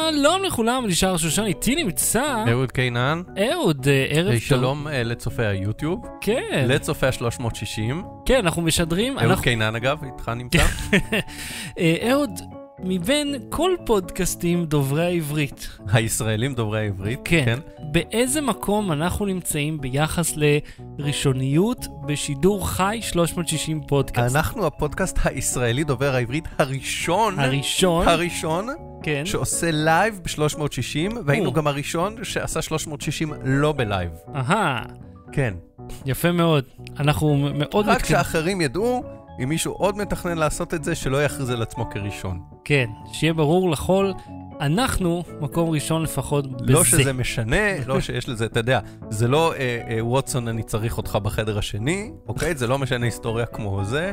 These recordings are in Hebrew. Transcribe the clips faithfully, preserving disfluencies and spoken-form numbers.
שלום לכולם, נשאר שושן, איתי נמצא אהוד קינן. אהוד, ערב טוב. שלום לצופי היוטיוב. כן. לצופי ה-שלוש מאות שישים. כן, אנחנו משדרים. אהוד קינן אגב, איתך נמצא. אהוד, מבין כל פודקאסטים דוברי העברית. הישראלים דוברי העברית. כן. באיזה מקום אנחנו נמצאים ביחס לראשוניות בשידור חי שלוש מאות שישים פודקאסט? אנחנו הפודקאסט הישראלי דובר העברית הראשון. הראשון. הראשון. כן. שעושה לייב ב-שלוש מאות שישים, והיינו גם הראשון שעשה שלוש מאות שישים לא בלייב. אהה. כן. יפה מאוד. אנחנו מאוד... רק שאחרים ידעו, אם מישהו עוד מתכנן לעשות את זה, שלא יכריז על עצמו כראשון. כן, שיהיה ברור לכל, אנחנו מקום ראשון לפחות בזה. לא שזה משנה, לא שיש לזה, אתה יודע, זה לא אה, אה, ווטסון אני צריך אותך בחדר השני, אוקיי? זה לא משנה היסטוריה כמו זה.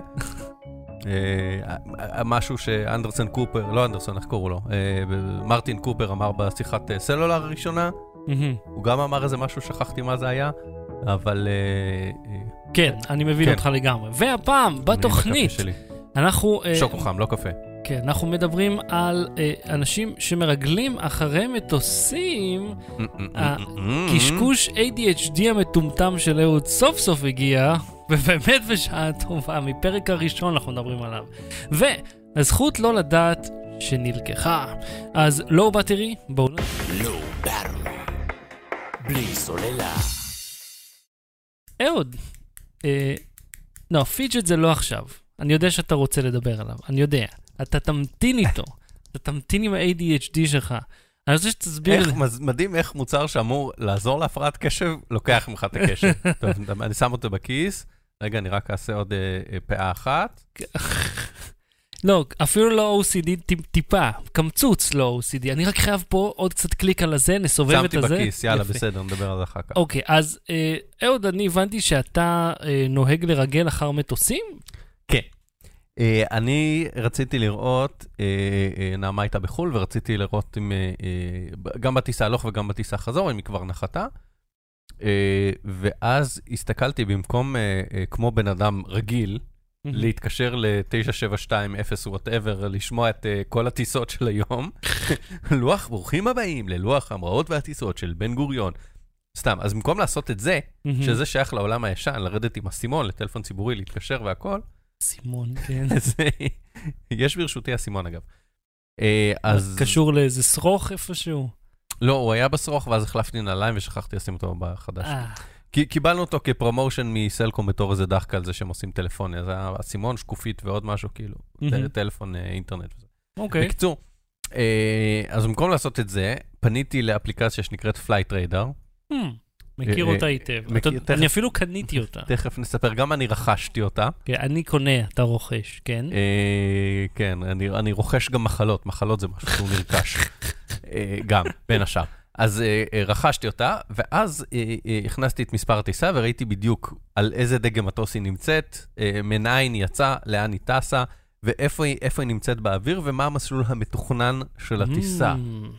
אה, משהו שאנדרסן קופר, לא אנדרסן, איך קוראו לו? אה, מרטין קופר אמר בשיחת אה, סלולר הראשונה, הוא גם אמר איזה משהו, שכחתי מה זה היה, אבל... אה, אה, כן, אני מבין כן. אותך לגמרי. והפעם, בתוכנית, אנחנו... שוקו חם, לא קפה. כן, אנחנו מדברים על אה, אנשים שמרגלים אחרי מטוסים. הקשקוש איי די אייץ' די המטומטם של אהוד סוף סוף הגיע, ובאמת בשעה טובה, מפרק הראשון אנחנו מדברים עליו. והזכות לא לדעת שנלקחה. אז לא בטרי, בואו... לא בטרי. בלי סוללה. אהוד, אה, לא, פיג'ט זה לא עכשיו. אני יודע שאתה רוצה לדבר עליו, אני יודע. אתה תמתין איתו, אתה תמתין עם ה-איי די אייץ' די שלך. אני רוצה שתסביר... איך, מדהים איך מוצר שאמור לעזור להפרעת קשב, לוקח ממך את הקשב. טוב, אני שם אותו בכיס. רגע, אני רק אעשה עוד אה, פאה אחת. לא, אפילו לא או סי די, טיפה, קמצוץ לא או סי די. אני רק חייב פה עוד קצת קליק על הזה, נסובב את הזה. שמתי בכיס, יאללה, בסדר, נדבר על זה אחר כך. אוקיי, אז אהוד, אני הבנתי שאתה נוהג לרגל אחר מטוסים? כן. אני רציתי לראות, נעמה הייתה בחול, ורציתי לראות גם בטיסה הלוך וגם בטיסה חזור, אם היא כבר נחתה. ואז הסתכלתי במקום, כמו בן אדם רגיל, להתקשר ל-תשע שבע שתיים אפס whatever, לשמוע את כל הטיסות של היום. לוח, ברוכים הבאים ללוח המראות והטיסות של בן גוריון. סתם, אז במקום לעשות את זה, שזה שייך לעולם הישן, לרדת עם הסימון, לטלפון ציבורי, להתקשר והכל. סימון, כן. יש ברשותי הסימון, אגב. קשור לאיזה שרוך איפשהו? לא, הוא היה בשרוך, ואז החלפתי נעליים ושכחתי לשים אותו בחדש. קיבלנו אותו כפרומושן מסלקום בתור איזה דחקה על זה שהם עושים טלפון. זה הסימון, שקופית ועוד משהו, כאילו, טלפון אינטרנט וזה. אוקיי. בקצור, אז במקום לעשות את זה, פניתי לאפליקציה שנקראת פלייט ריידר. מכיר אותה היטב. אני אפילו קניתי אותה. תכף נספר, גם אני רכשתי אותה. אני קונה, אתה רוכש, כן? כן, אני רוכש גם מחלות. מחלות זה משהו שהוא נרכש. גם, בין השאר. אז רכשתי אותה, ואז הכנסתי את מספר הטיסה, וראיתי בדיוק על איזה דגם מטוס היא נמצאת, מנין היא יצאה, לאן היא טסה, ואיפה היא, איפה היא נמצאת באוויר, ומה המסלול המתוכנן של הטיסה.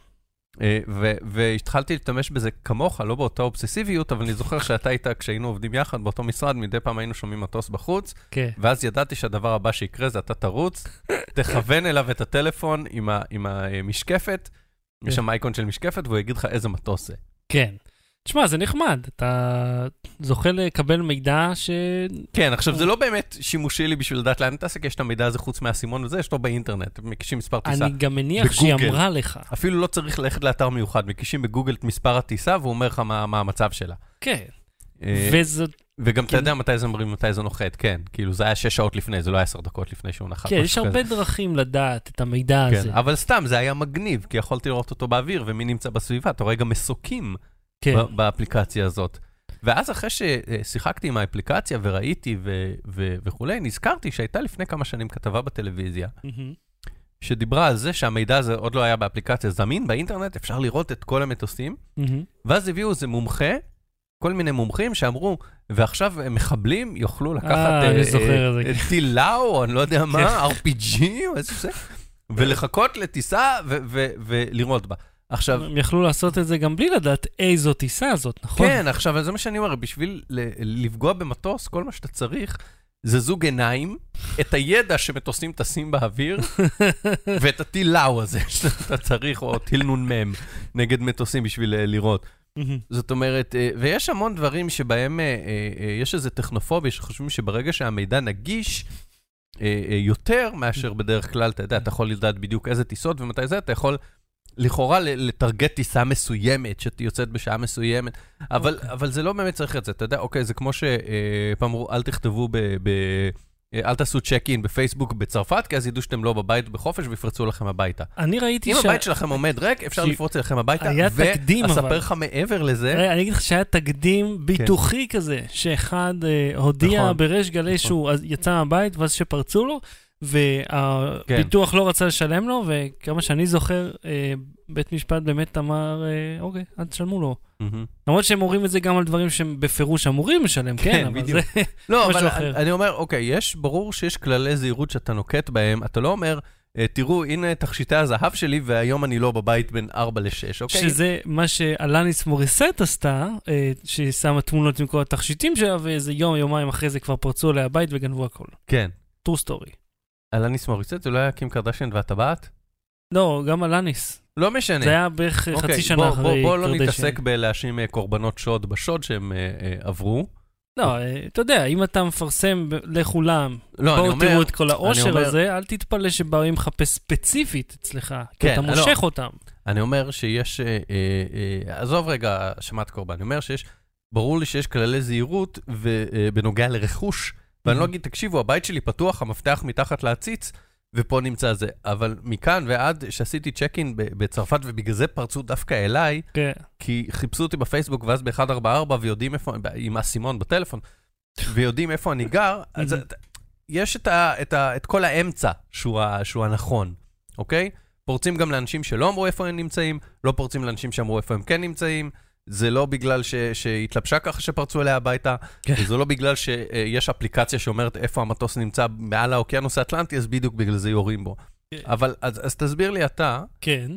והתחלתי להשתמש בזה כמוך, לא באותה אובססיביות, אבל אני זוכר שאתה איתה, כשהיינו עובדים יחד באותו משרד, מדי פעם היינו שומעים מטוס בחוץ, ואז ידעתי שהדבר הבא שיקרה זה אתה תרוץ, תכוון אליו את הטלפון עם המשקפת, יש שם אייקון של משקפת, והוא יגיד לך איזה מטוס זה. כן. תשמע, זה נחמד. אתה זוכה לקבל מידע ש... כן, עכשיו זה לא באמת שימושי לי בשביל לדעת לאן טסה, כי יש את המידע הזה חוץ מהסימון וזה, יש לו באינטרנט, מקישים מספר טיסה. אני גם מניח שהיא אמרה לך. אפילו לא צריך ללכת לאתר מיוחד, מקישים בגוגל את מספר הטיסה, והוא אומר לך מה, מה המצב שלה. כן. וזאת... וגם אתה יודע מתי זה אומרים, מתי זה נוחת, כן. כאילו זה היה שש שעות לפני, זה לא היה עשר דקות לפני שהוא נחת. כן, יש הרבה דרכים לדעת את המידע הזה. אבל סתם, זה היה מגניב, כי יכולתי לראות אותו באוויר, ומי נמצא בסביבה, אתה רואה גם מסוקים באפליקציה הזאת. ואז אחרי ששיחקתי עם האפליקציה וראיתי וכולי, נזכרתי שהייתה לפני כמה שנים כתבה בטלוויזיה, שדיברה על זה שהמידע הזה עוד לא היה באפליקציה זמין, באינטרנט אפשר לראות את כל המטוסים, ואז הביאו איזה מומחה, כל מיני מומחים שאמרו, ועכשיו מחבלים יוכלו לקחת טיל לאו, או אני לא יודע מה, אר פי ג'י, או איזה זה, ולחכות לטיסה ולראות בה. עכשיו... הם יכלו לעשות את זה גם בלי לדעת איזו טיסה הזאת, נכון? כן, עכשיו, זה מה שאני אומר, בשביל לפגוע במטוס, כל מה שאתה צריך, זה זוג עיניים, את הידע שמטוסים טסים באוויר, ואת הטיל לאו הזה שאתה צריך, או טיל נון מם, נגד מטוסים בשביל לראות. זאת אומרת, ויש המון דברים שבהם יש איזו טכנופוביה, שחושבים שברגע שהמידע נגיש, יותר מאשר בדרך כלל, אתה יודע, אתה יכול לדעת בדיוק איזה טיסות ומתי זה, אתה יכול לכאורה לטרגט טיסה מסוימת, שתיוצאת בשעה מסוימת, אבל, אבל זה לא באמת צריך את זה, אתה יודע, אוקיי, זה כמו שפעם אמרו, אל תכתבו ב... ב אל תעשו צ'ק-אין בפייסבוק בצרפת, כי אז ידעו שאתם לא בבית בחופש, ויפרצו לכם הביתה. אני ראיתי אם הבית שלכם עומד ריק, אפשר לפרוץ לכם הביתה, ואספר לך מעבר לזה. אני אגיד לך שהיה תקדים ביטוחי כזה, שאחד הודיע בריש גלי שהוא יצא מהבית, ואז שפרצו לו, והביטוח לא רצה לשלם לו, וכמה שאני זוכר, בית משפט באמת אמר, אוקיי, אל תשלמו לו. למרות שהם אומרים את זה גם על דברים שהם בפירוש אמורים לשלם, כן, אבל זה לא, אבל אני אומר, אוקיי, יש, ברור שיש כללי זהירות שאתה נוקט בהם, אתה לא אומר, תראו, הנה תכשיטי הזהב שלי, והיום אני לא בבית בין ארבע לשש, אוקיי? שזה מה שאלניס מוריסט עשתה, שהיא שמה תמונות עם כל התכשיטים שלה, ואיזה יום, יומיים אחרי זה כבר פרצו עליה הבית וגנבו הכל. כן. טרו סטורי. אלניס מוריסט, זה לא היה קים קרדשן והטבעת? לא, גם אלניס. לא משנה. זה היה בערך חצי שנה אחרי קרדשן. בוא לא נתעסק בלהאשים קורבנות שוד בשוד שהם עברו. לא, אתה יודע, אם אתה מפרסם לכולם, בואו תראו את כל העושר הזה, אל תתפלא שבאים לחפש ספציפית אצלך, כי אתה מושך אותם. אני אומר שיש, עזוב רגע, שמעת קורבן, אני אומר שיש, ברור לי שיש כללי זהירות בנוגע לרכוש, ואני לא אגיד, תקשיבו, הבית שלי פתוח, המפתח מתחת להציץ, ופה נמצא זה. אבל מכאן ועד שעשיתי צ'ק-אין בצרפת, ובגלל זה פרצו דווקא אליי, כי חיפשו אותי בפייסבוק, ואז ב-אחת ארבע ארבע, ויודעים איפה, עם הסימון בטלפון, ויודעים איפה אני גר, אז יש את כל האמצע שהוא הנכון, אוקיי? פורצים גם לאנשים שלא אמרו איפה הם נמצאים, לא פורצים לאנשים שאמרו איפה הם כן נמצאים, זה לא בגלל שהתלבשה ככה שפרצו אליה הביתה, וזה לא בגלל שיש אפליקציה שאומרת איפה המטוס נמצא מעל האוקיינוס האטלנטי, אז בדיוק בגלל זה יורים בו. אבל אז תסביר לי אתה,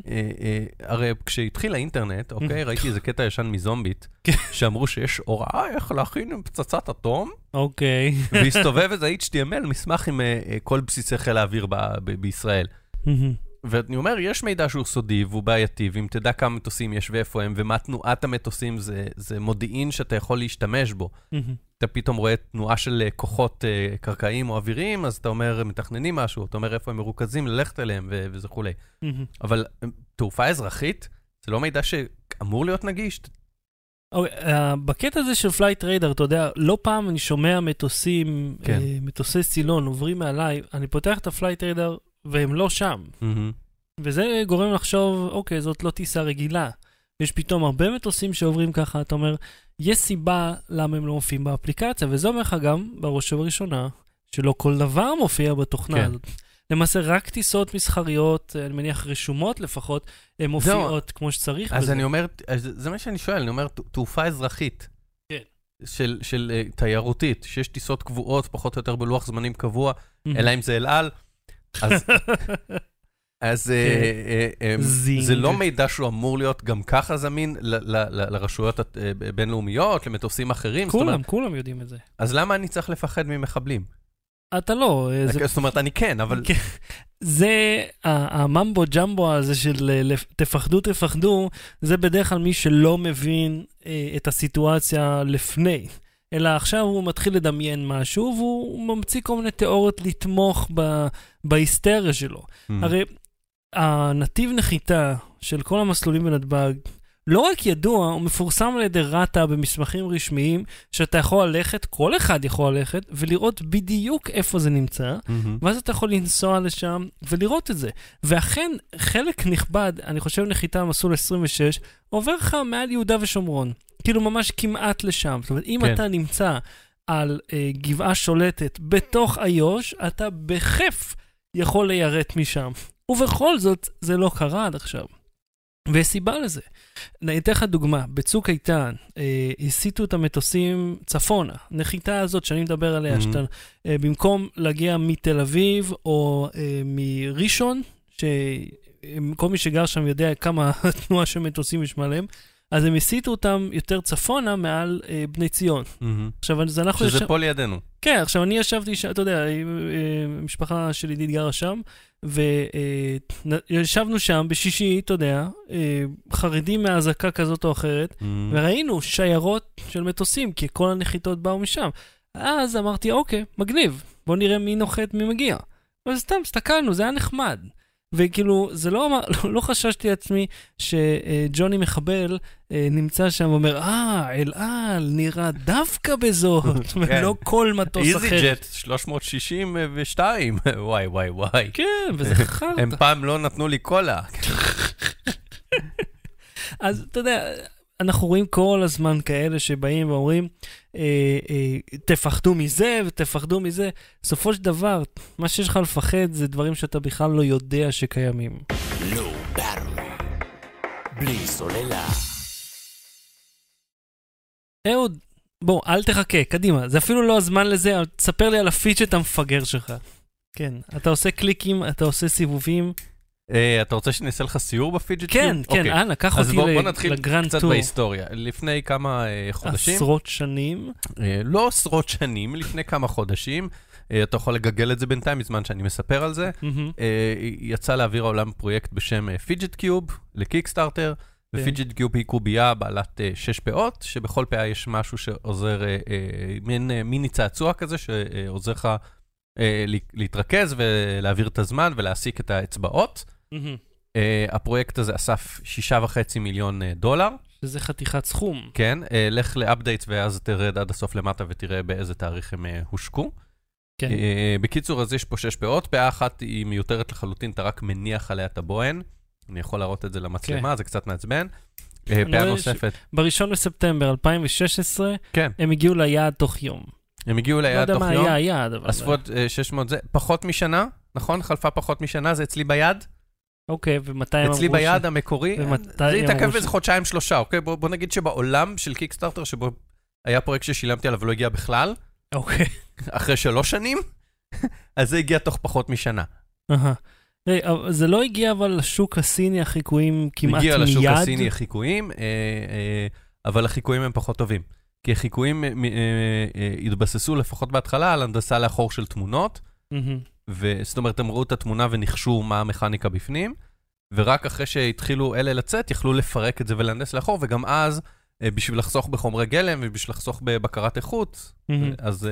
הרי כשהתחיל האינטרנט, אוקיי, ראיתי איזה קטע ישן מזומבית, שאמרו שיש הוראה איך להכין פצצת אטום, אוקיי. והסתובב איזה אייץ' טי אם אל, מסמך עם כל בסיסי חיל האוויר בישראל. ואני אומר, יש מידע שהוא סודי והוא בעייתי, ואם תדע כמה מטוסים יש ואיפה הם, ומה תנועת המטוסים זה, זה מודיעין שאתה יכול להשתמש בו. אתה פתאום רואה תנועה של כוחות uh, קרקעיים או אוויריים, אז אתה אומר, מתכננים משהו, אתה אומר איפה הם מרוכזים ללכת אליהם ו- וזה כולי. אבל תעופה אזרחית, זה לא מידע שאמור להיות נגיש. Okay, uh, בקטע הזה של פלייט ריידר, אתה יודע, לא פעם אני שומע מטוסים, כן. uh, מטוסי סילון עוברים מעליי, אני פותח את הפלייט ריידר, והם לא שם. Mm-hmm. וזה גורם לחשוב, אוקיי, זאת לא טיסה רגילה. יש פתאום הרבה מטוסים שעוברים ככה, אתה אומר, יש סיבה למה הם לא מופיעים באפליקציה, וזה אומר לך גם, בראש ובראשונה, שלא כל דבר מופיע בתוכנה הזאת. כן. למעשה, רק טיסות מסחריות, אני מניח רשומות לפחות, הן מופיעות כמו שצריך. אז בזה. אני אומר, זה מה שאני שואל, אני אומר, תעופה אזרחית. כן. של, של uh, תיירותית, שיש טיסות קבועות, פחות או יותר בלוח זמנים קבוע, אלא אם זה אל על, אז, אז זה לא מידע שהוא אמור להיות גם ככה זמין לרשויות הבינלאומיות, למטוסים אחרים. כולם, כולם יודעים את זה. אז למה אני צריך לפחד ממחבלים? אתה לא. זאת אומרת, אני כן, אבל... זה, הממבו ג'מבו הזה של תפחדו, תפחדו, זה בדרך כלל מי שלא מבין את הסיטואציה לפני. אלא עכשיו הוא מתחיל לדמיין משהו, והוא ממציא כל מיני תיאוריות לתמוך ב, בהיסטריה שלו. Mm. הרי הנתיב נחיתה של כל המסלולים בנתב"ג, לא רק ידוע, הוא מפורסם על ידי רטה במסמכים רשמיים, שאתה יכול ללכת, כל אחד יכול ללכת, ולראות בדיוק איפה זה נמצא, mm-hmm. ואז אתה יכול לנסוע לשם ולראות את זה. ואכן, חלק נכבד, אני חושב נחיתה במסלול עשרים ושש, עובר לך מעל יהודה ושומרון. כאילו ממש כמעט לשם. זאת אומרת, אם כן. אתה נמצא על אה, גבעה שולטת בתוך איו"ש, אתה בכיף יכול ליירט משם. ובכל זאת, זה לא קרה עד עכשיו. ויש סיבה לזה. אני אתן לך דוגמה, בצוק איתן, אה, הסיטו את המטוסים צפונה. נחיתה הזאת שאני מדבר עליה, mm-hmm. שאתה, אה, במקום להגיע מתל אביב או אה, מראשון, שכל מי שגר שם יודע כמה תנועה של מטוסים יש מעליהם, אז הם הסיטו אותם יותר צפונה מעל אה, בני ציון. Mm-hmm. עכשיו, אז אנחנו... שזה יש... פה לידינו. כן, עכשיו אני ישבתי שם, אתה יודע, משפחה של ידיד גרה שם, וישבנו שם בשישי, אתה יודע, חרדים מהזקה כזאת או אחרת, mm-hmm. וראינו שיירות של מטוסים, כי כל הנחיתות באו משם. אז אמרתי, אוקיי, מגניב, בוא נראה מי נוחת, מי מגיע. אבל סתם, סתכלנו, זה היה נחמד. וכאילו, זה לא אמר, לא, לא חששתי עצמי שג'וני מחבל נמצא שם ואומר, אה, אלעל נראה דווקא בזאת, ולא כל מטוס אחר. איזי ג'ט שלוש מאות שישים ושתיים, וואי וואי וואי. כן, וזה חרטה. הם פעם לא נתנו לי קולה. אז אתה יודע, אנחנו רואים כל הזמן כאלה שבאים ואומרים, אה, אה, תפחדו מזה ותפחדו מזה. בסופו של דבר, מה שיש לך לפחד זה דברים שאתה בכלל לא יודע שקיימים. לא ברם. בלי סוללה. אהוד, בוא, אל תחכה, קדימה. זה אפילו לא הזמן לזה, תספר לי על הפיצ'ט המפגר שלך. כן, אתה עושה קליקים, אתה עושה סיבובים. אתה רוצה שאני אעשה לך סיור בפידג'ט קיוב? כן, כן, אנא, קח אותי לגרנד טור. אז בוא נתחיל קצת בהיסטוריה. לפני כמה חודשים... עשרות שנים? לא עשרות שנים, לפני כמה חודשים. אתה יכול לגגל את זה בינתיים, בזמן שאני מספר על זה. יצא להעביר העולם פרויקט בשם פידג'ט קיוב, לקיקסטארטר, ופידג'ט קיוב היא קובייה בעלת שש פאות, שבכל פאה יש משהו שעוזר, מיני צעצוע כזה, שעוזר לך להתרכז ולהעביר את הזמן ולהסיק את האצבעות. הפרויקט הזה אסף שישה וחצי מיליון דולר. שזה חתיכת סכום. כן, לך לאפדייטס ואז תרד עד הסוף למטה ותראה באיזה תאריך הם הושקו. כן. בקיצור, אז יש פה שש פאות, פאה אחת היא מיותרת לחלוטין, אתה רק מניח עליה את הבוהן. אני יכול להראות את זה למצלמה, זה קצת מעצבן. פאה נוספת. בראשון בספטמבר אלפיים ושש עשרה, הם הגיעו ליעד תוך יום. הם הגיעו ליעד תוך יום. לא יודע מה היה היעד, אבל... אספות שש מאות, זה פחות משנה, נכון? חלפה פחות משנה, זה אצלי ביד. אוקיי, ומתי הם אמרו ש... אצלי ביד המקורי, זה יתעכב איזה חודשיים שלושה, אוקיי? בוא נגיד שבעולם של קיקסטארטר, שבו היה פרויקט ששילמתי עליו ולא הגיע בכלל, אוקיי. אחרי שלוש שנים, אז זה הגיע תוך פחות משנה. אהה. זה לא הגיע אבל לשוק הסיני החיקויים כמעט מיד? הגיע לשוק הסיני החיקויים, אבל החיקויים הם פחות טובים. כי החיקויים התבססו לפחות בהתחלה על הנדסה לאחור של תמונות, וזאת אומרת, הם ראו את התמונה ונחשו מה המכניקה בפנים, ורק אחרי שהתחילו אלה לצאת, יכלו לפרק את זה ולהנדס לאחור, וגם אז, בשביל לחסוך בחומרי גלם ובשביל לחסוך בבקרת איכות, אז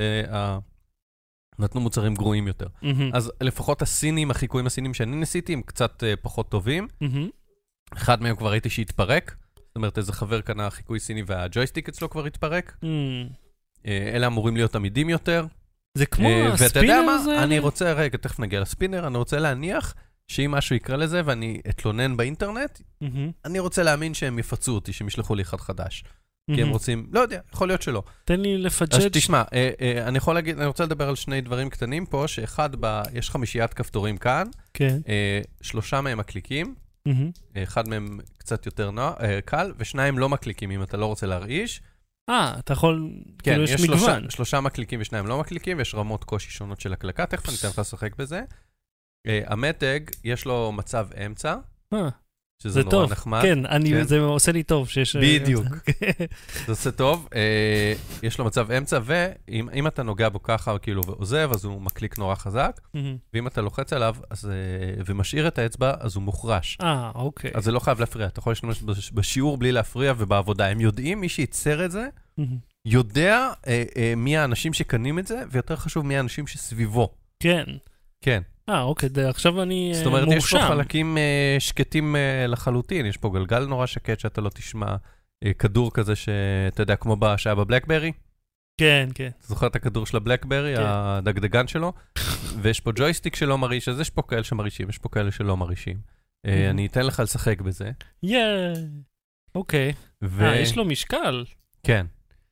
נתנו מוצרים גרועים יותר. אז לפחות הסינים, החיקויים הסינים שאני ניסיתי, הם קצת פחות טובים. אחד מהם כבר ראיתי שהתפרק, זאת אומרת, איזה חבר קנה חיקוי סיני והג'ויסטיק אצלו כבר התפרק. אלה אמורים להיות עמידים יותר. זה כמו הספינר הזה? אני רוצה, רגע, תכף נגיע לספינר, אני רוצה להניח שאם משהו יקרה לזה ואני אתלונן באינטרנט, אני רוצה להאמין שהם יפצו אותי, שהם ישלחו לי אחד חדש. כי הם רוצים, לא יודע, יכול להיות שלא. תן לי לפג'ט. אז תשמע, אני יכול להגיד, אני רוצה לדבר על שני דברים קטנים פה, שאחד, יש חמישיית כפתורים כאן, שלושה מהם מקליקים, אחד מהם קצת יותר קל, ושניים לא מקליקים אם אתה לא רוצה להרעיש. אה, אתה יכול, כאילו יש מגוון. שלושה מקליקים ושניים לא מקליקים, ויש רמות קושי שונות של הקלקה, תכף אני אתן לך לשחק בזה. המתג, יש לו מצב אמצע, שזה נורא נחמד. כן, זה עושה לי טוב שיש... בדיוק. זה עושה טוב. יש לו מצב אמצע, ואם אתה נוגע בו ככה כאילו ועוזב, אז הוא מקליק נורא חזק, ואם אתה לוחץ עליו ומשאיר את האצבע, אז הוא מוחרש. אה, אוקיי. אז זה לא חייב להפריע. אתה יכול להשתמש בשיעור בלי להפריע ובעבודה. הם יודעים, מי שייצר את זה, יודע מי האנשים שקנים את זה, ויותר חשוב מי האנשים שסביבו. כן. כן. אה, אוקיי, עכשיו אני מורשם. זאת אומרת, יש פה חלקים שקטים לחלוטין, יש פה גלגל נורא שקט שאתה לא תשמע כדור כזה שאתה יודע, כמו שהיה בבלקברי. כן, כן. אתה זוכר את הכדור של הבלקברי, הדגדגן שלו, ויש פה ג'ויסטיק שלא מריש, אז יש פה כאלה שמרישים, יש פה כאלה שלא מרישים. אני אתן לך לשחק בזה. יאה, אוקיי. אה, יש לו משקל. כן.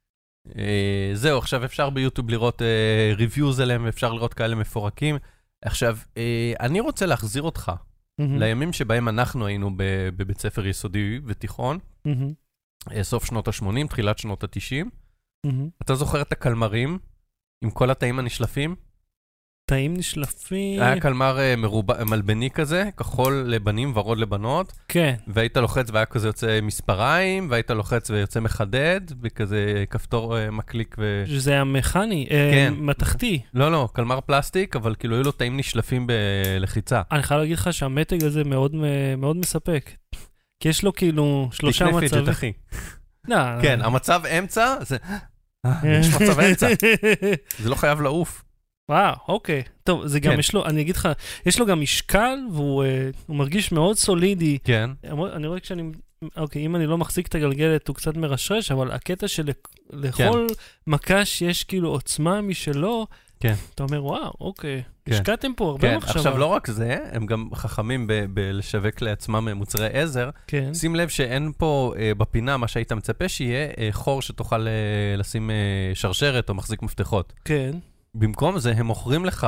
זהו, עכשיו אפשר ביוטיוב לראות ריוויוז עליהם, ואפשר לראות כאלה מפורקים. עכשיו, אני רוצה להחזיר אותך לימים שבהם אנחנו היינו בבית ספר יסודי ותיכון, סוף שנות ה-שמונים, תחילת שנות ה-תשעים. אתה זוכר את הקלמרים עם כל התאים הנשלפים? תאים נשלפים. היה קלמר מרובע, מלבני כזה, כחול לבנים, ורוד לבנות. כן. והיית לוחץ והיה כזה יוצא מספריים, והיית לוחץ ויוצא מחדד, וכזה כפתור מקליק ו... שזה היה מכני, כן. מתכתי. לא, לא, קלמר פלסטיק, אבל כאילו היו לו תאים נשלפים בלחיצה. אני חייב להגיד לך שהמתג הזה מאוד, מאוד מספק. כי יש לו כאילו שלושה מצבים. תקנה פיג'ט, אחי. לא. כן, המצב אמצע, זה... יש מצב אמצע. זה לא חייב לעוף. וואו, אוקיי. טוב, זה גם יש לו, אני אגיד לך, יש לו גם משקל, והוא מרגיש מאוד סולידי. כן. אני רואה כשאני, אוקיי, אם אני לא מחזיק את הגלגלת, הוא קצת מרשרש, אבל הקטע של לכל מקש יש כאילו עוצמה משלו, כן. אתה אומר, וואו, אוקיי, השקעתם פה הרבה מחשבה. עכשיו, לא רק זה, הם גם חכמים בלשווק לעצמם מוצרי עזר. כן. שים לב שאין פה בפינה מה שהיית מצפה, שיהיה חור שתוכל לשים שרשרת או מחזיק מפתחות. כן. במקום זה, הם מוכרים לך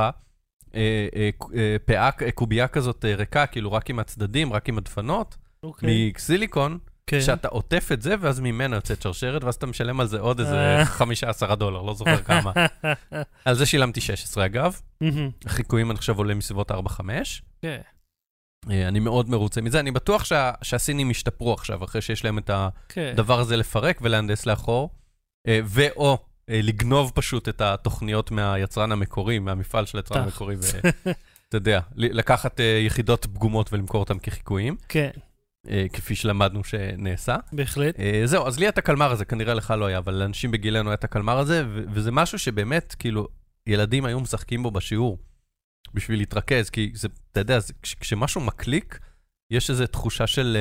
פאה, קובייה כזאת ריקה, כאילו רק עם הצדדים, רק עם הדפנות, מסיליקון, שאתה עוטף את זה, ואז ממנו יוצאת שרשרת, ואז אתה משלם על זה עוד איזה חמישה עשר דולר, לא זוכר כמה. על זה שילמתי שש עשרה אגב. החיקויים אני חושב עולה מסביבות ארבע חמש. כן. אני מאוד מרוצה מזה. אני בטוח שהסינים ישתפרו עכשיו, אחרי שיש להם את הדבר הזה לפרק ולהנדס לאחור, ואו לגנוב פשוט את התוכניות מהיצרן המקורי, מהמפעל של היצרן המקורי, ואתה יודע, לקחת יחידות פגומות ולמכור אותם כחיקויים. כן. כפי שלמדנו שנעשה. בהחלט. זהו, אז לי את הקלמר הזה, כנראה לך לא היה, אבל לאנשים בגילנו את הקלמר הזה, וזה משהו שבאמת, כאילו, ילדים היו משחקים בו בשיעור, בשביל להתרכז, כי זה, אתה יודע, כשמשהו מקליק, יש איזו תחושה של,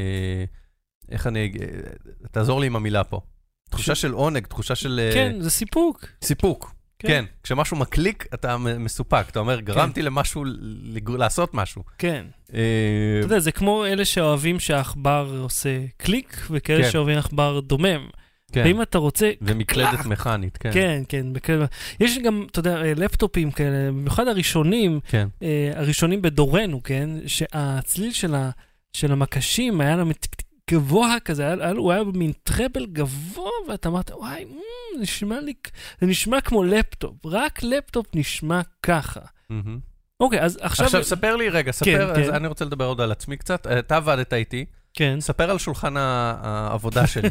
איך אני, תעזור לי עם המילה פה. תחושה של עונג, תחושה של... כן, זה סיפוק. סיפוק, כן. כשמשהו מקליק, אתה מסופק. אתה אומר, גרמתי למשהו, לעשות משהו. כן. אתה יודע, זה כמו אלה שאוהבים שהאחבר עושה קליק, וכאלה שאוהבים האחבר דומם. ואם אתה רוצה... ומקלדת מכנית, כן. כן, כן. יש גם, אתה יודע, לפטופים כאלה, במיוחד הראשונים, הראשונים בדורנו, כן, שהצליל של המקשים היה להם גבוה כזה, הוא היה במין טראבל גבוה, ואתה אמרת, וואי, נשמע לי, זה נשמע כמו לפטופ, רק לפטופ נשמע ככה. אוקיי, אז עכשיו... עכשיו, ספר לי רגע, ספר, אז אני רוצה לדבר עוד על עצמי קצת, אתה עבדת איתי, כן. ספר על שולחן העבודה שלי.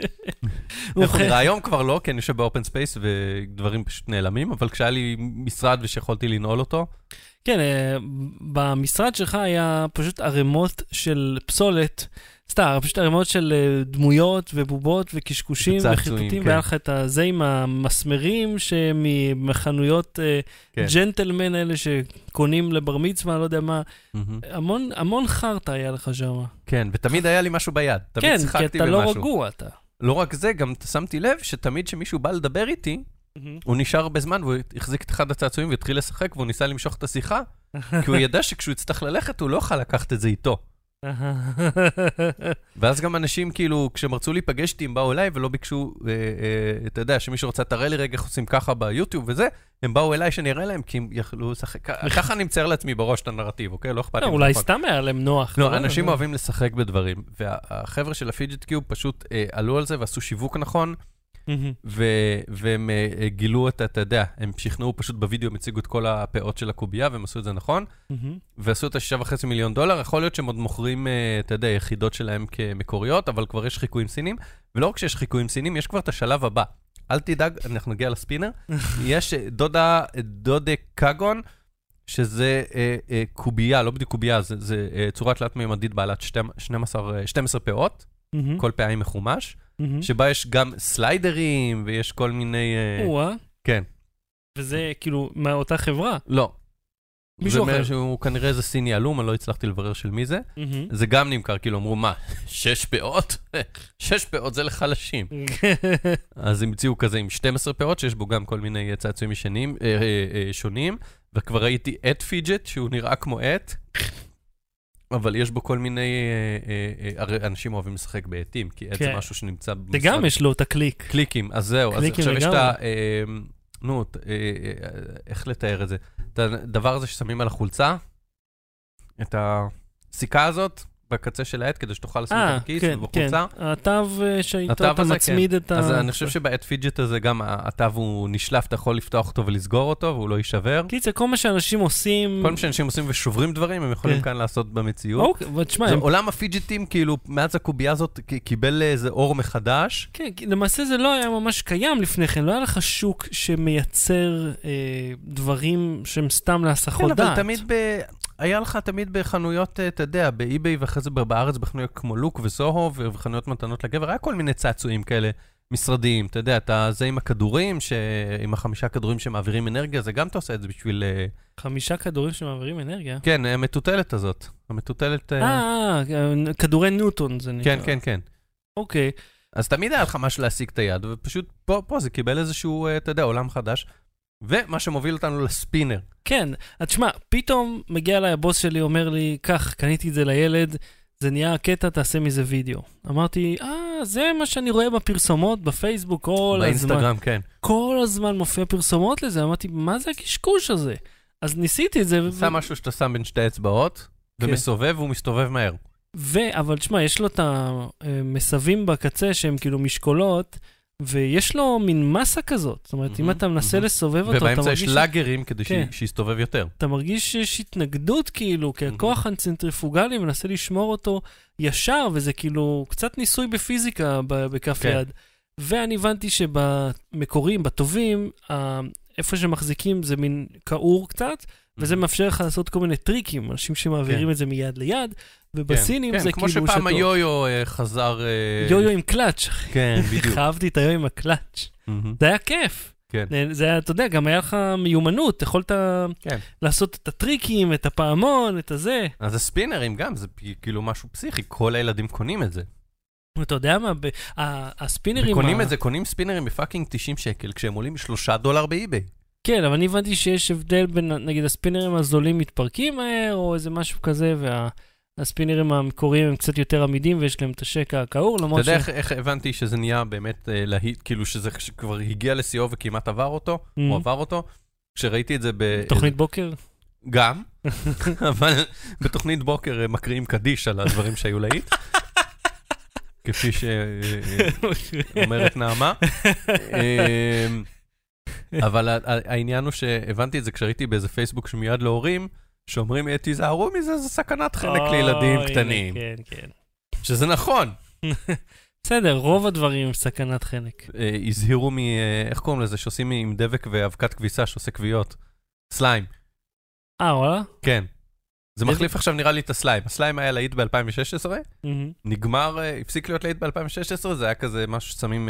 איך נראה, היום כבר לא, כי אני יושב באופן ספייס, ודברים פשוט נעלמים, אבל כשהיה לי משרד ושיכולתי לנעול אותו, כן, במשרד שלך היה פשוט ערימות של פסולת, סתם, פשוט ערימות של דמויות ובובות וקשקושים וחיטוטים, והיה לך את הזה עם המסמרים שמחנויות ג'נטלמן האלה שקונים לבר מצווה, לא יודע מה, המון חרטה היה לך שם. כן, ותמיד היה לי משהו ביד, כן, כי אתה לא רגוע אתה. לא רק זה, גם שמתי לב שתמיד שמישהו בא לדבר איתי, הוא נשאר בזמן, והוא החזיק את אחד הצעצועים והתחיל לשחק, והוא ניסה למשוך את השיחה, כי הוא ידע שכשהוא יצטרך ללכת, הוא לא יכול לקחת את זה איתו. ואז גם אנשים, כאילו, כשהם רצו להיפגש איתי, הם באו אליי, ולא ביקשו, אתה יודע, שמישהו רוצה, תראה לי רגע איך עושים ככה ביוטיוב וזה, הם באו אליי שאני אראה להם, כי הם יכלו לשחק. ככה אני מצייר לעצמי בראש את הנרטיב, אוקיי? לא אכפת לי. אולי סתם היה להם נוח. לא, אנשים אוהבים לשחק בדברים, והחבר'ה של הפיג'ט קיוב פשוט עלו על זה ועשו שיווק נכון, והם גילו את, אתה יודע, הם שכנעו פשוט בווידאו, הם הציגו את כל הפאות של הקובייה, והם עשו את זה נכון, ועשו את השישה וחצי מיליון דולר, יכול להיות שהם עוד מוכרים, אתה יודע, יחידות שלהם כמקוריות, אבל כבר יש חיקויים סינים, ולא רק שיש חיקויים סינים, יש כבר את השלב הבא. אל תדאג, אנחנו נגיע לספינר, יש דודה, דודה קאגון, שזה קובייה, לא בדיוק קובייה, זה צורת תלת מימדית בעלת שתים עשרה פאות, כל פאה היא מחומש, שבה יש גם סליידרים, ויש כל מיני... וואה. כן. וזה כאילו מאותה חברה? לא. מישהו אחר. שהוא כנראה איזה סיני אלום, אני לא הצלחתי לברר של מי זה. זה גם נמכר, כאילו אמרו, מה, שש פאות? שש פאות זה לחלשים. אז הם הציעו כזה עם שתים עשרה פאות, שיש בו גם כל מיני צעצועים ישנים, שונים, וכבר ראיתי את פיג'ט, שהוא נראה כמו את, אבל יש בו כל מיני, אנשים אוהבים לשחק בעתים, כי עץ זה משהו שנמצא במשרד. וגם יש לו את הקליק. קליקים, אז זהו. אז עכשיו יש את ה... נו, איך לתאר את זה? את הדבר הזה ששמים על החולצה, את הסיכה הזאת, בקצה של העט, כדי שתוכל לשים את הכיס כן, ובחוצה. כן, התו שאיתו אתה מצמיד את ה... אז אני חושב שבעת פידג'ט הזה גם התו הוא נשלף, אתה יכול לפתוח אותו ולסגור אותו, והוא לא יישבר. קיצר, כל מה שאנשים עושים... כל מה שאנשים עושים ושוברים דברים, הם יכולים כאן לעשות במציאות. אוקיי, ותשמע... עולם הפידג'טים, כאילו, מאז הקובייה הזאת, קיבל איזה אור מחדש. כן, למעשה זה לא היה ממש קיים לפני כן, לא היה לך שוק שמייצר דברים שהם סתם להסחות דעת. כן, אבל תמיד ב... היה לך תמיד בחנויות, אתה יודע, באי-ביי ואחרי זה בארץ, בחנויות כמו לוק וסוהו וחנויות מתנות לגבר, היה כל מיני צעצועים כאלה משרדיים. אתה יודע, אתה זה עם הכדורים, עם החמישה כדורים שמעבירים אנרגיה, זה גם אתה עושה את זה בשביל... חמישה כדורים שמעבירים אנרגיה? כן, המטוטלת הזאת. המטוטלת... אה, כדורי ניוטון זה נקרא. כן, כן, כן. אוקיי. אז תמיד היה לך משהו להשיג את היד, ופשוט פה, פה זה קיבל איזשהו, אתה יודע, עולם חדש. ומה שמוביל אותנו לספינר. כן, אז תשמע, פתאום מגיע אליי הבוס שלי, אומר לי, כך, קניתי את זה לילד, זה נהיה קטע, תעשה מזה וידאו. אמרתי, אה, זה מה שאני רואה בפרסומות, בפייסבוק, כל הזמן. באינסטגרם, כן. כל הזמן מופיע פרסומות לזה, אמרתי, מה זה הקשקוש הזה? אז ניסיתי את זה. עשה משהו שאתה שם בין שתי אצבעות, ומסובב, והוא מסתובב מהר. ו, אבל תשמע, יש לו את המסבים בקצה, שהם כאילו משקולות, ויש לו מין מסה כזאת. זאת אומרת, אם אתה מנסה לסובב אותו, אתה מרגיש... ובאמצע יש לגרים כדי שיסתובב יותר. אתה מרגיש שיש התנגדות כאילו, כי הכוח הצנטריפוגלי מנסה לשמור אותו ישר, וזה כאילו קצת ניסוי בפיזיקה בכף יד. ואני הבנתי שבמקורים, בטובים, איפה שמחזיקים זה מין כאור קצת, וזה מאפשר לך לעשות כל מיני טריקים, אנשים שמעבירים את זה מיד ליד, ובסינים זה כאילו... כמו שפעם היו-יו חזר... יו-יו עם קלאץ'. כן, בדיוק. חייבתי את היו-יו עם הקלאץ'. זה היה כיף. זה היה, אתה יודע, גם היה לך מיומנות, יכולת לעשות את הטריקים, את הפעמון, את הזה. אז הספינרים גם, זה כאילו משהו פסיכי, כל הילדים קונים את זה. אתה יודע מה, הספינרים... וקונים את זה, קונים ספינרים בפאקינג תשעים שקל, כשהם עולים שלושה דולר באי-ביי. כן, אבל אני הבנתי שיש הבדל בין, נגיד, הספינרים הזולים מתפרקים מהר, או איזה משהו כזה, והספינרים המקוריים הם קצת יותר עמידים, ויש להם את השקע הכעור, למרות ש... אתה יודע איך הבנתי שזה נהיה באמת להיט, כאילו שזה כבר הגיע לסיום וכמעט עבר אותו, או עבר אותו, כשראיתי את זה ב... תוכנית בוקר? גם, אבל בתוכנית בוקר מקריאים קדיש על הדברים שהיו להיט. כפי שאומרת נעמה. אבל העניין הוא שהבנתי את זה כשראיתי באיזה פייסבוק שמיד להורים, שאומרים, תיזהרו מזה, זה סכנת חנק לילדים קטנים. כן, כן. שזה נכון. בסדר, רוב הדברים הם סכנת חנק. הזהירו מ... איך קוראים לזה? שעושים עם דבק ואבקת כביסה שעושה כוויות. סליים. אה, וואלה? כן. זה מחליף עכשיו נראה לי את הסליים. הסליים היה להיט ב-אלפיים ושש עשרה, נגמר, הפסיק להיות להיט ב-אלפיים ושש עשרה, זה היה כזה משהו ששמים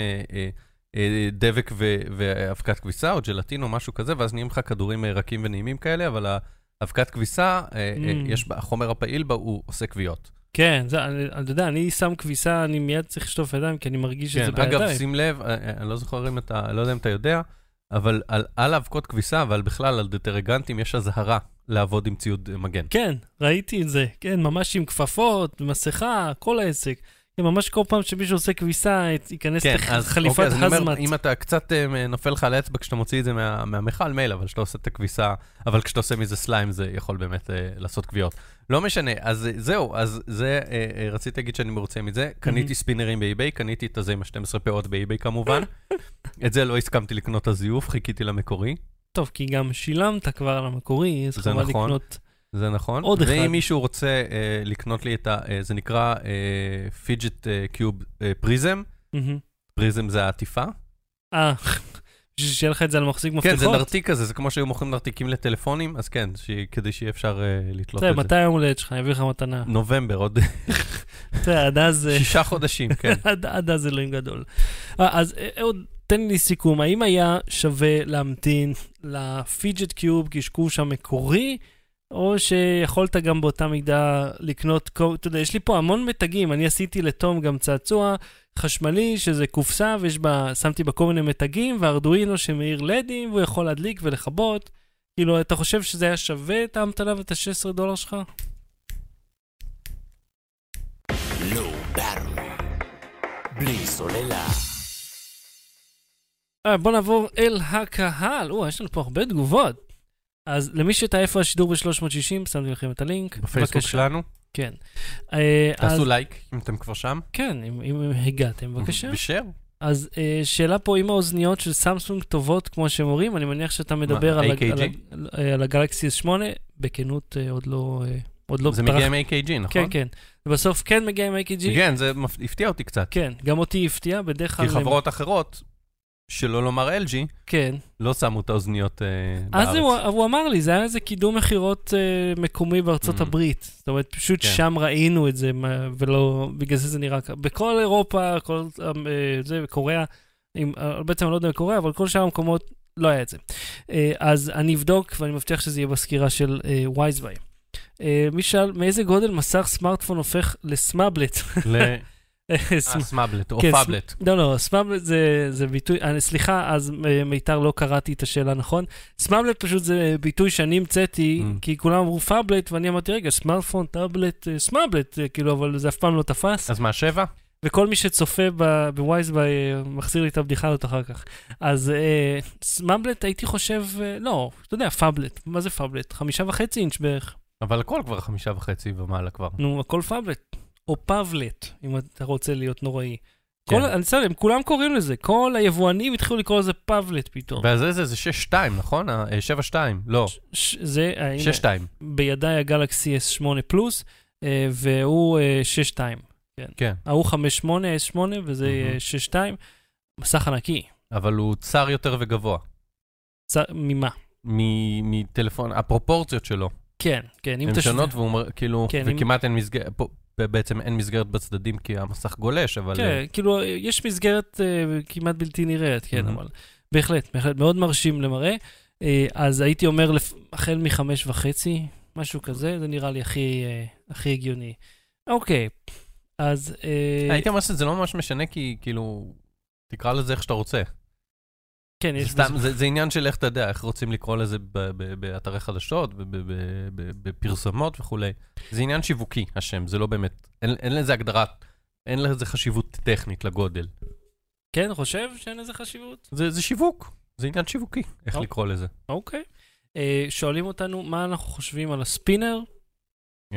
דבק ואבקת כביסה, או ג'לטין או משהו כזה, ואז נהיים לך כדורים רכים ונעימים כאלה, אבל האבקת כביסה, יש בה, החומר הפעיל בה, הוא עושה כוויות. כן, אתה יודע, אני שם כביסה, אני מיד צריך לשטוף ידיים, כי אני מרגיש שזה בידיים. אגב, שים לב, אני לא זוכר אם אתה, לא יודע אם אתה יודע, אבל על האבקות כביסה, אבל בכלל על דטרגנטים יש הזהרה לעבוד עם ציוד מגן. כן, ראיתי את זה. כן, ממש עם כפפות, מסכה, כל העסק. כן, ממש כל פעם שמישהו עושה כביסה, ייכנס לחליפת חזמת. אם אתה קצת נופל לך על האצבע כשאתה מוציא את זה מהמכל, מייל, אבל כשאתה עושה את הכביסה, אבל כשאתה עושה מזה סליים, זה יכול באמת לעשות כוויות. לא משנה, אז זהו, אז זה, רציתי להגיד שאני מרוצה מזה. קניתי ספינרים באי-ביי, קניתי את הזה עם ה-שתים עשרה פאות באי-ביי כמובן. את זה לא הסכמתי לקנות הזיוף, חיכיתי למקורי. טוב, כי גם שילמת כבר על המקורי, אז חבל לקנות... זה נכון. עוד אחד. ואם מישהו רוצה uh, לקנות לי את ה... Uh, זה נקרא פידג'ט קיוב פריזם. פריזם זה העטיפה. אה, שיהיה לך את זה על מחזיק מפתחות. כן, זה נרתיק כזה, זה כמו שהיו מוכרים נרתיקים לטלפונים, אז כן, ש... כדי שיהיה אפשר uh, לתלות את זה. מתי היום הולדת שלך? אני אביא לך מתנה. נובמבר, עוד... עד אז... שישה חודשים, כן. עד אז אלוהים גדול. אז עוד... תן לי סיכום, האם היה שווה להמתין לפידג'ט קיוב קשקוש המקורי, או שיכולת גם באותה מידה לקנות, אתה יודע, יש לי פה המון מתגים, אני עשיתי לתום גם צעצוע חשמלי, שזה קופסה, ויש בה, שמתי בה כל מיני מתגים, וארדואינו שמאיר לדים, והוא יכול להדליק ולחבות. כאילו, אתה חושב שזה היה שווה את ההמתנה ואת ה-שש עשרה דולר שלך? לא ברם, בלי סוללה. בוא נעבור אל הקהל. או, יש לנו פה הרבה תגובות. אז למי שתעף השידור ב-שלוש מאות שישים, שמתי לכם את הלינק. בפייסבוק שלנו? כן. תעשו לייק, אם אתם כבר שם. כן, אם הגעתם, בבקשה. ושאר. אז שאלה פה, אם האוזניות של סמסונג טובות, כמו שהם אומרים, אני מניח שאתה מדבר על הגלקסי אס שמונה, בכנות עוד לא... זה מגיע עם איי קיי ג'י, נכון? כן, כן. ובסוף כן מגיע עם איי קיי ג'י. כן, זה הפתיע אותי קצת. כן, גם אותי הפתיע, בדרך כלל... כי חברות אחרות, שלא לומר אל ג'י, כן. לא שמו את האוזניות בארץ. אז הוא אמר לי, זה היה איזה קידום מחירות מקומי בארצות הברית. זאת אומרת, פשוט שם ראינו את זה, ולא, בגלל זה זה נראה ככה. בכל אירופה, כל זה, בקוריאה, בעצם אני לא יודע בקוריאה, אבל כל שאר המקומות לא היה את זה. אז אני אבדוק, ואני מבטיח שזה יהיה בסקירה של וייזביי. מי שאל, מאיזה גודל מסך סמארטפון הופך לסמאבלט? סמאבלט או פאבלט. לא, לא, סמאבלט זה ביטוי, סליחה, אז מיתר לא קראתי את השאלה נכון. סמאבלט פשוט זה ביטוי שאני המצאתי, כי כולם אמרו פאבלט, ואני אמרתי, רגע, סמארטפון, טאבלט, סמאבלט, כאילו, אבל זה אף פעם לא תפס. אז מה, שבע? וכל מי שצופה בווייזביי מחזיר לי את הבדיחה הזאת אחר כך. אז סמאבלט הייתי חושב, לא, אתה יודע, פאבלט, מה זה פאבלט? חמישה וחצי אינץ' בערך. אבל הכל כבר חמישה וחצי ומעלה כבר. נו, הכל פאבלט. או פאבלט, אם אתה רוצה להיות נוראי. כל, אני צודק, הם כולם קוראים לזה. כל היבואנים התחילו לקרוא לזה פאבלט פתאום. וזה זה, זה שש שתיים, נכון? שבע שתיים, לא. זה, שש שתיים. בידיי הגלקסי אס שמונה פלוס, והוא שש שתיים. כן. הוא חמש שמונה, אס שמונה, וזה שש שתיים. מסך ענקי. אבל הוא צר יותר וגבוה. ממה? מטלפון, הפרופורציות שלו. כן, כן. הן שונות, כאילו, וכמעט אין מסגרת, בעצם אין מסגרת בצדדים, כי המסך גולש, אבל... כן, כאילו, יש מסגרת כמעט בלתי נראית, כן, אבל בהחלט, בהחלט, מאוד מרשים למראה. אז הייתי אומר, החל מחמש וחצי, משהו כזה, זה נראה לי הכי הגיוני. אוקיי, אז... הייתי אומר שזה לא ממש משנה, כי כאילו, תקרא לזה איך שאתה רוצה. כן, יש סתם, זה, זה עניין של איך אתה יודע, איך רוצים לקרוא לזה באתרי חדשות, בפרסומות וכולי. זה עניין שיווקי, השם, זה לא באמת, אין, אין לזה הגדרה, אין לזה חשיבות טכנית לגודל. כן, חושב שאין לזה חשיבות? זה, זה שיווק, זה עניין שיווקי, איך אוקיי. לקרוא לזה. אוקיי. אה, שואלים אותנו, מה אנחנו חושבים על הספינר? אה...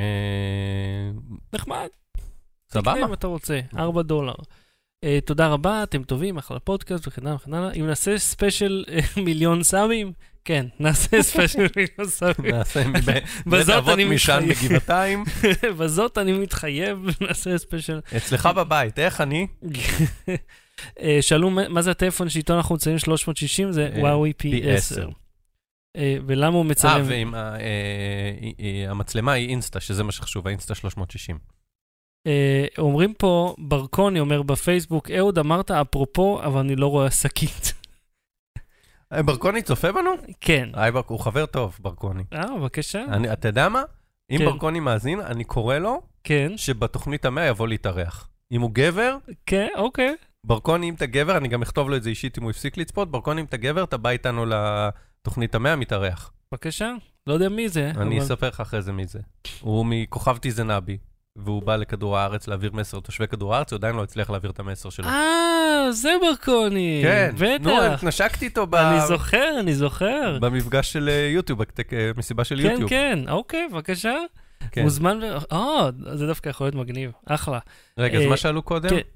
נחמד. סבבה. תקנה אם אתה רוצה, ארבעה דולר. Uh, תודה רבה, אתם טובים, אחלה פודקאסט וכן הלאה וכן הלאה. אם נעשה ספיישל uh, מיליון סאבים, כן, נעשה ספיישל מיליון סאבים. נעשה בית אבות משען בגבעתיים. בזאת אני מתחייב, נעשה ספיישל. אצלך בבית, איך אני? uh, שאלו מה זה הטלפון שאיתו אנחנו מצלמים שלוש מאות שישים, זה וואוי פי עשר. Uh, ולמה הוא מצלם? אה, והמצלמה היא אינסטה, שזה מה שחשוב, האינסטה שלוש מאות שישים. Uh, אומרים פה, ברקוני אומר בפייסבוק, אהוד אמרת אפרופו, אבל אני לא רואה שקית. ברקוני צופה בנו? כן. הוא חבר טוב, ברקוני. אה, בבקשה. אני, אתה יודע מה? אם כן. ברקוני מאזין, אני קורא לו, כן. שבתוכנית המאה יבוא להתארח. אם הוא גבר, כן, אוקיי. ברקוני, אם אתה גבר, אני גם אכתוב לו את זה אישית אם הוא הפסיק לצפות, ברקוני, אם אתה גבר, אתה בא איתנו לתוכנית המאה, מתארח. בבקשה. לא יודע מי זה. אני אבל... אספר לך אחרי זה מי זה. הוא מכוכב תיזנבי. והוא בא לכדור הארץ להעביר מסר, תושבי כדור הארץ, הוא עדיין לא הצליח להעביר את המסר שלו. אה, זה ברקוני. כן. בטח. נו, נשקתי איתו ב... אני זוכר, אני זוכר. במפגש של יוטיוב, מסיבה של יוטיוב. כן, כן, אוקיי, בבקשה. מוזמן ו... אה, זה דווקא יכול להיות מגניב. אחלה. רגע, אז מה שאלו קודם? כן,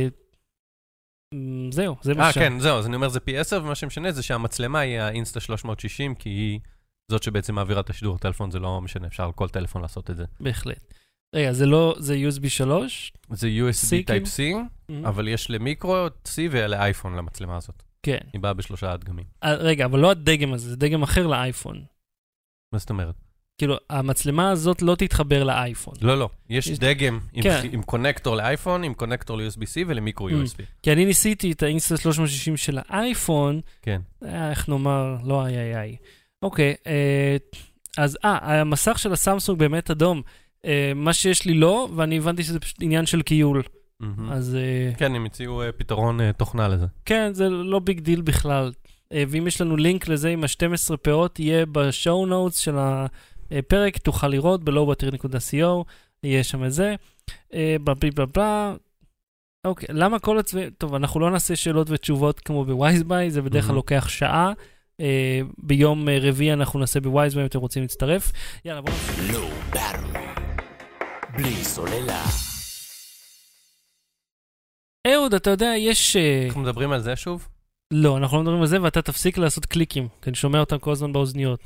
זהו, זה מה ש... אה, כן, זהו, אז אני אומר, זה פי עשר, ומה שמשנה זה שהמצלמה היא האינסטה שלוש מאות שישים, כי היא זאת שבעצם מעבירה את השידור הטלפון, זה לא משנה, אפשר על כל טלפון לעשות את זה. בהחלט. רגע, זה לא, זה יו אס בי שלוש? זה יו אס בי Type-C, אבל יש למיקרו, C ולאייפון למצלמה הזאת. כן. היא באה בשלושה הדגמים. רגע, אבל לא הדגם הזה, זה דגם אחר לאייפון. מה זאת אומרת? כאילו, המצלמה הזאת לא תתחבר לאייפון. לא, לא. יש דגם עם קונקטור לאייפון, עם קונקטור ל-יו אס בי-C ולמיקרו יו אס בי. כי אני ניסיתי את האינסטה שלוש מאות שישים של האייפון, כן. איך נאמר, לא איי איי איי. אוקיי, אז אה, המסך של הסמסונג באמת אדום. Uh, מה שיש לי לא, ואני הבנתי שזה פשוט עניין של קיול. Mm-hmm. אז... Uh, כן, הם הציעו uh, פתרון uh, תוכנה לזה. כן, זה לא ביג דיל בכלל. Uh, ואם יש לנו לינק לזה עם ה-שתים עשרה פאות, יהיה בשואו נוטס של הפרק, תוכל לראות ב-לואו בטרי נקודה סי או, יהיה שם את זה. Uh, בלה בלה בלה. אוקיי, למה כל הצבעים... טוב, אנחנו לא נעשה שאלות ותשובות כמו בווייזביי, זה בדרך כלל mm-hmm. לוקח שעה. Uh, ביום uh, רביעי אנחנו נעשה בווייזביי, אם אתם רוצים להצטרף. יאללה, בואו נעשה. בלי סוללה. אהוד, אתה יודע, יש... אנחנו מדברים על זה שוב? לא, אנחנו לא מדברים על זה, ואתה תפסיק לעשות קליקים, כי אני שומע אותם כל הזמן באוזניות.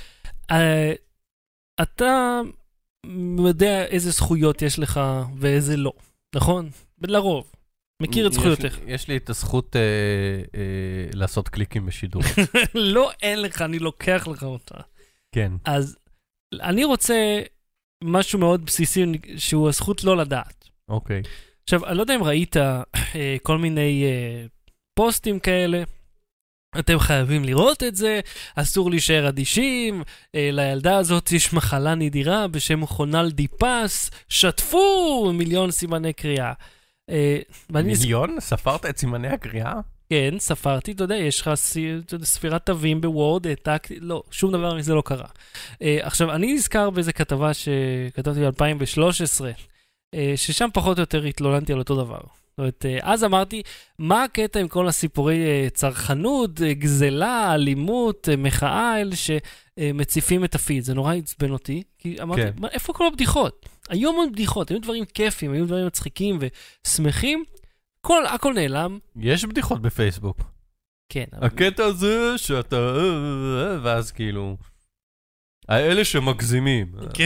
אתה יודע איזה זכויות יש לך ואיזה לא, נכון? לרוב. מכיר את זכויותיך. יש לי את הזכות לעשות קליקים בשידור. לא, אין לך, אני לוקח לך אותה. כן. אז אני רוצה משהו מאוד בסיסי, שהוא הזכות לא לדעת. אוקיי. עכשיו, אני לא יודע אם ראית כל מיני פוסטים כאלה, אתם חייבים לראות את זה, אסור להישאר אדישים, לילדה הזאת יש מחלה נדירה בשם חונל דיפס, שתפו מיליון סימני קריאה. מיליון? ספרת את סימני הקריאה? כן, ספרתי, אתה יודע, יש לך ספירת תווים בוורד, העתקתי, לא, שום דבר מזה לא קרה. עכשיו, אני נזכר באיזה כתבה שכתבתי ב-אלפיים ושלוש עשרה, ששם פחות או יותר התלוננתי על אותו דבר. זאת אומרת, אז אמרתי, מה הקטע עם כל הסיפורי צרכנות, גזלה, אלימות, מחאה, אלה שמציפים את הפיד? זה נורא עצבן אותי, כי אמרתי, כן. מה, איפה כל הבדיחות? היום עוד בדיחות, היו דברים כיפים, היו דברים מצחיקים ושמחים, כל, הכל נעלם. יש בדיחות בפייסבוק. כן. הקטע הזה שאתה... ואז כאילו... האלה שמגזימים. כן.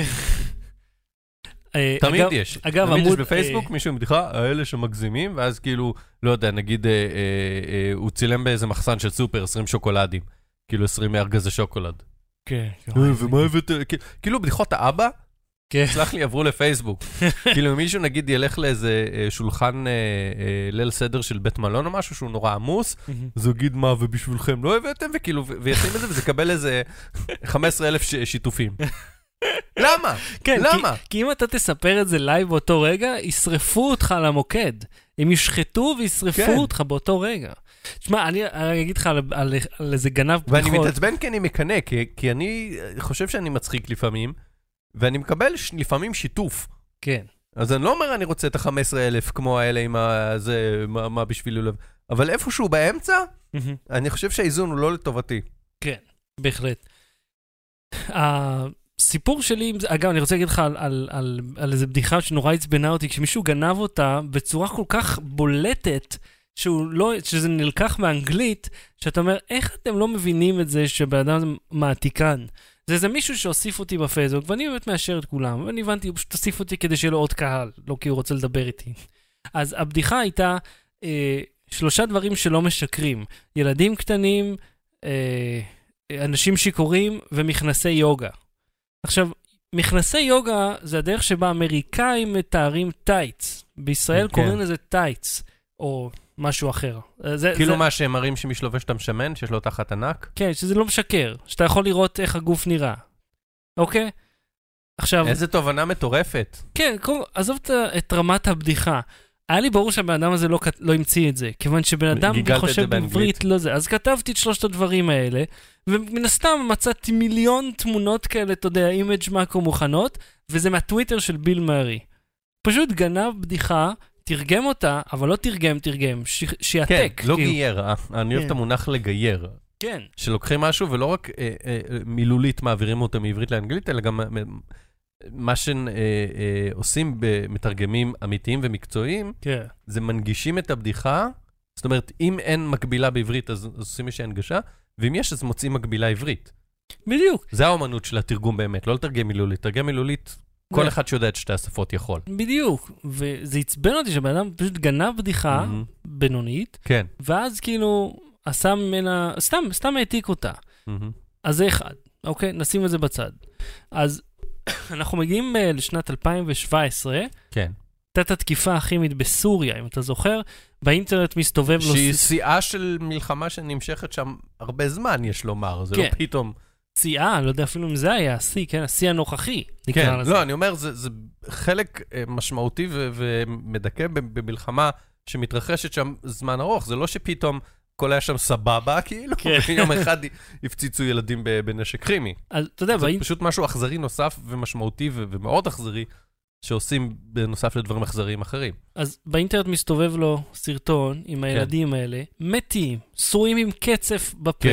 תמיד יש. אגב, תמיד יש בפייסבוק מישהו עם בדיחה, האלה שמגזימים, ואז כאילו, לא יודע, נגיד, הוא צילם באיזה מחסן של סופר, עשרים שוקולדים. כאילו עשרים ארגזי שוקולד. כן. ומה הבאת? כאילו בדיחות האבא, סלח לי, עברו לפייסבוק. כאילו מישהו נגיד ילך לאיזה שולחן ליל סדר של בית מלון או משהו שהוא נורא עמוס, אז הוא יגיד מה ובשבילכם לא הבאתם, וכאילו, וישים את זה וזה קבל איזה חמישה עשר אלף שיתופים. למה? כן, למה? כי, כי אם אתה תספר את זה לייב באותו רגע, ישרפו אותך למוקד. הם ישחטו וישרפו כן. אותך באותו רגע. תשמע, אני, אני אגיד לך על, על, על איזה גנב בדיחות. ואני מתעצבן כי אני מקנה, כי, כי אני חושב שאני מצחיק לפעמים, ואני מקבל לפעמים שיתוף. כן. אז אני לא אומר אני רוצה את ה-חמישה עשר אלף כמו האלה עם הזה, מה, מה בשבילי לב. אבל איפשהו באמצע, אני חושב שהאיזון הוא לא לטובתי. כן, בהחלט. הסיפור שלי, אגב, אני רוצה להגיד לך על, על, על, על איזו בדיחה שנורא הצבנה אותי, כשמישהו גנב אותה בצורה כל כך בולטת, שהוא לא, שזה נלקח מאנגלית, שאתה אומר, איך אתם לא מבינים את זה שבאדם זה מעתיקן? זה איזה מישהו שהוסיף אותי בפייסבוק, ואני באמת מאשר את כולם, ואני הבנתי, הוא פשוט הוסיף אותי כדי שיהיה לו עוד קהל, לא כי הוא רוצה לדבר איתי. אז הבדיחה הייתה אה, שלושה דברים שלא משקרים, ילדים קטנים, אה, אנשים שיכורים ומכנסי יוגה. עכשיו, מכנסי יוגה זה הדרך שבה אמריקאים מתארים טייץ. בישראל קוראים לזה טייץ, או משהו אחר. כאילו מה שהם מראים שמי שלובש את המשמן, שיש לו תחת ענק? כן, שזה לא משקר, שאתה יכול לראות איך הגוף נראה. אוקיי? עכשיו... איזה תובנה מטורפת. כן, עזוב את רמת הבדיחה. היה לי ברור שהבן אדם הזה לא, לא המציא את זה, כיוון שבן אדם חושב בעברית לא זה. אז כתבתי את שלושת הדברים האלה, ומן הסתם מצאתי מיליון תמונות כאלה, אתה יודע, אימג' מאקו מוכנות, וזה מהטוויטר של ביל מארי. פשוט גנב בדיחה, תרגם אותה, אבל לא תרגם, תרגם, ש... שיעתק. כן, לא כאילו. גייר, אני אוהב את המונח לגייר. כן. שלוקחים משהו ולא רק אה, אה, מילולית מעבירים אותו מעברית לאנגלית, אלא גם... מה שעושים במתרגמים אמיתיים ומקצועיים, זה מנגישים את הבדיחה, זאת אומרת, אם אין מקבילה בעברית, אז עושים איזושהי הנגשה, ואם יש, אז מוצאים מקבילה עברית. בדיוק. זה האומנות של התרגום באמת, לא לתרגם מילולית. תרגם מילולית, כל אחד שיודע את שתי השפות יכול. בדיוק, וזה הצבן אותי שבן אדם פשוט גנב בדיחה בינונית, ואז כאילו עשה ממנה, סתם העתיק אותה. אז זה אחד, אוקיי? נשים את זה בצד. אז אנחנו מגיעים uh, לשנת אלפיים שבע עשרה. כן. הייתה התקיפה הכימית בסוריה, אם אתה זוכר, באינטרנט מסתובב... שהיא שיאה של מלחמה שנמשכת שם הרבה זמן, יש לומר. זה כן. לא פתאום... שיאה, לא יודע אפילו אם זה היה השיא, כן? השיא הנוכחי. כן, לא, אני אומר, זה, זה חלק uh, משמעותי ו- ומדכא במלחמה שמתרחשת שם זמן ארוך. זה לא שפתאום... כל היה שם סבבה, כאילו, ויום אחד הפציצו ילדים בנשק כימי. זה פשוט משהו אכזרי נוסף ומשמעותי ומאוד אכזרי, שעושים בנוסף לדברים אכזריים אחרים. אז באינטרנט מסתובב לו סרטון עם הילדים האלה, מתים, שרועים עם קצף בפה,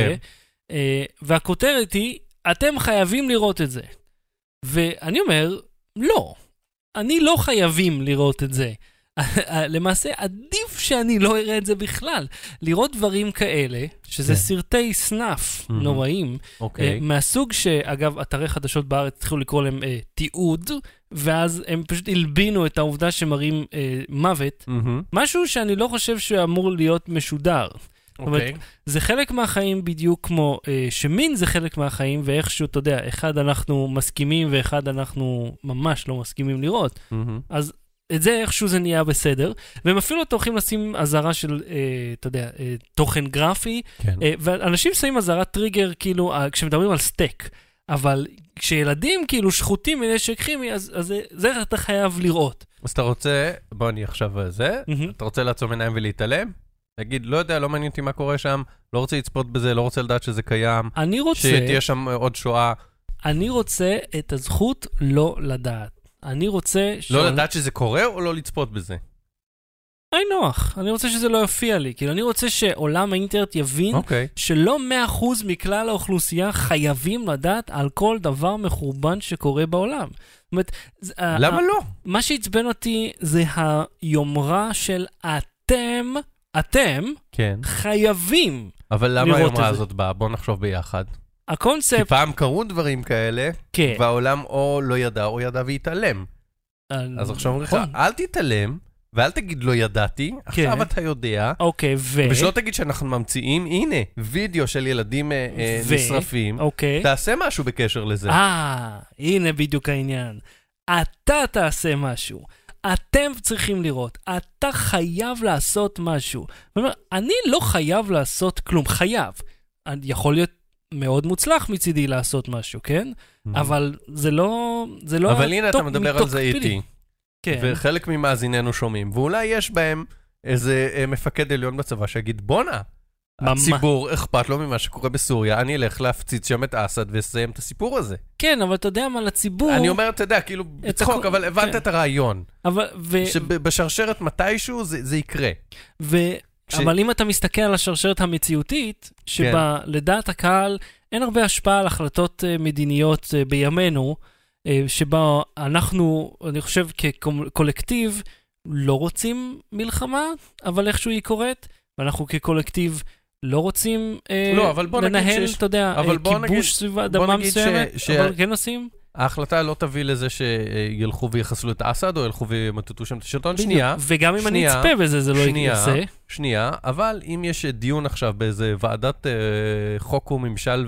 והכותרת היא, אתם חייבים לראות את זה. ואני אומר, לא. אני לא חייבים לראות את זה. למעשה, עדיף שאני לא אראה את זה בכלל. לראות דברים כאלה, שזה סרטי סנאף נוראים, מהסוג שאגב, אתרי חדשות בארץ התחילו לקרוא להם תיעוד, ואז הם פשוט הלבינו את העובדה שמראים מוות, משהו שאני לא חושב שאמור להיות משודר. זאת אומרת, זה חלק מהחיים בדיוק כמו שמין זה חלק מהחיים, ואיכשהו, אתה יודע, אחד אנחנו מסכימים ואחד אנחנו ממש לא מסכימים לראות. אז את זה איכשהו זה נהיה בסדר, והם אפילו הולכים לשים עזרה של, אה, אתה יודע, אה, תוכן גרפי, כן. אה, ואנשים שמים עזרת טריגר, כאילו, אה, כשמדברים על סטק, אבל כשילדים כאילו שחוטים מנשק כימי, אז, אז זה, זה אתה חייב לראות. אז אתה רוצה, בוא אני עכשיו על זה, mm-hmm. אתה רוצה לעצום עיניים ולהתעלם? להגיד, לא יודע, לא מעניין אותי מה קורה שם, לא רוצה לצפות בזה, לא רוצה לדעת שזה קיים, אני רוצה, שתהיה שם עוד שואה. אני רוצה את הזכות לא לדעת. אני רוצה... לא לדעת שזה קורה או לא לצפות בזה? אי נוח, אני רוצה שזה לא יופיע לי, כאילו אני רוצה שעולם האינטרנט יבין okay. שלא מאה אחוז מכלל האוכלוסייה חייבים לדעת על כל דבר מחורבן שקורה בעולם. זאת אומרת, למה לא? מה שהצבן אותי זה היומרה של אתם, אתם כן. חייבים. אבל למה היומרה הזאת באה? בוא נחשוב ביחד. הקונספט... כי פעם קרו דברים כאלה, כן. והעולם או לא ידע או ידע והתעלם. על... אז עכשיו אומרים לך, אל תתעלם, ואל תגיד לא ידעתי, כן. עכשיו אתה יודע, אוקיי, ו... ושלא תגיד שאנחנו ממציאים, הנה, וידאו של ילדים ו... נשרפים, אוקיי. תעשה משהו בקשר לזה. אה, הנה בדיוק העניין. אתה תעשה משהו. אתם צריכים לראות. אתה חייב לעשות משהו. אני לא חייב לעשות כלום, חייב. יכול להיות מאוד מוצלח מצידי לעשות משהו, כן? אבל זה לא... זה לא אבל הנה אתה מדבר על זה איתי. כן. וחלק ממאזיננו שומעים, ואולי יש בהם איזה מפקד עליון בצבא שיגיד, בונה, הציבור אכפת לו ממה שקורה בסוריה, אני אלך להפציץ שם את אסד ואסיים את הסיפור הזה. כן, אבל אתה יודע מה, לציבור... אני אומר, אתה יודע, כאילו, בצחוק, אבל הבנת את הרעיון. אבל... שבשרשרת מתישהו זה יקרה. ו... אבל אם אתה מסתכל על השרשרת המציאותית, שבה לדעת הקהל אין הרבה השפעה על החלטות מדיניות בימינו, שבה אנחנו, אני חושב כקולקטיב, לא רוצים מלחמה, אבל איכשהו היא קורית, ואנחנו כקולקטיב לא רוצים לנהל, אתה יודע, כיבוש סביב אדמה מסוימת, אבל כן עושים. ההחלטה לא תביא לזה שילכו ויחסלו את אסד, או ילכו וימטטו שם את השלטון. שנייה. וגם אם אני אצפה בזה, זה לא יעשה. שנייה, אבל אם יש דיון עכשיו באיזה ועדת חוק וממשל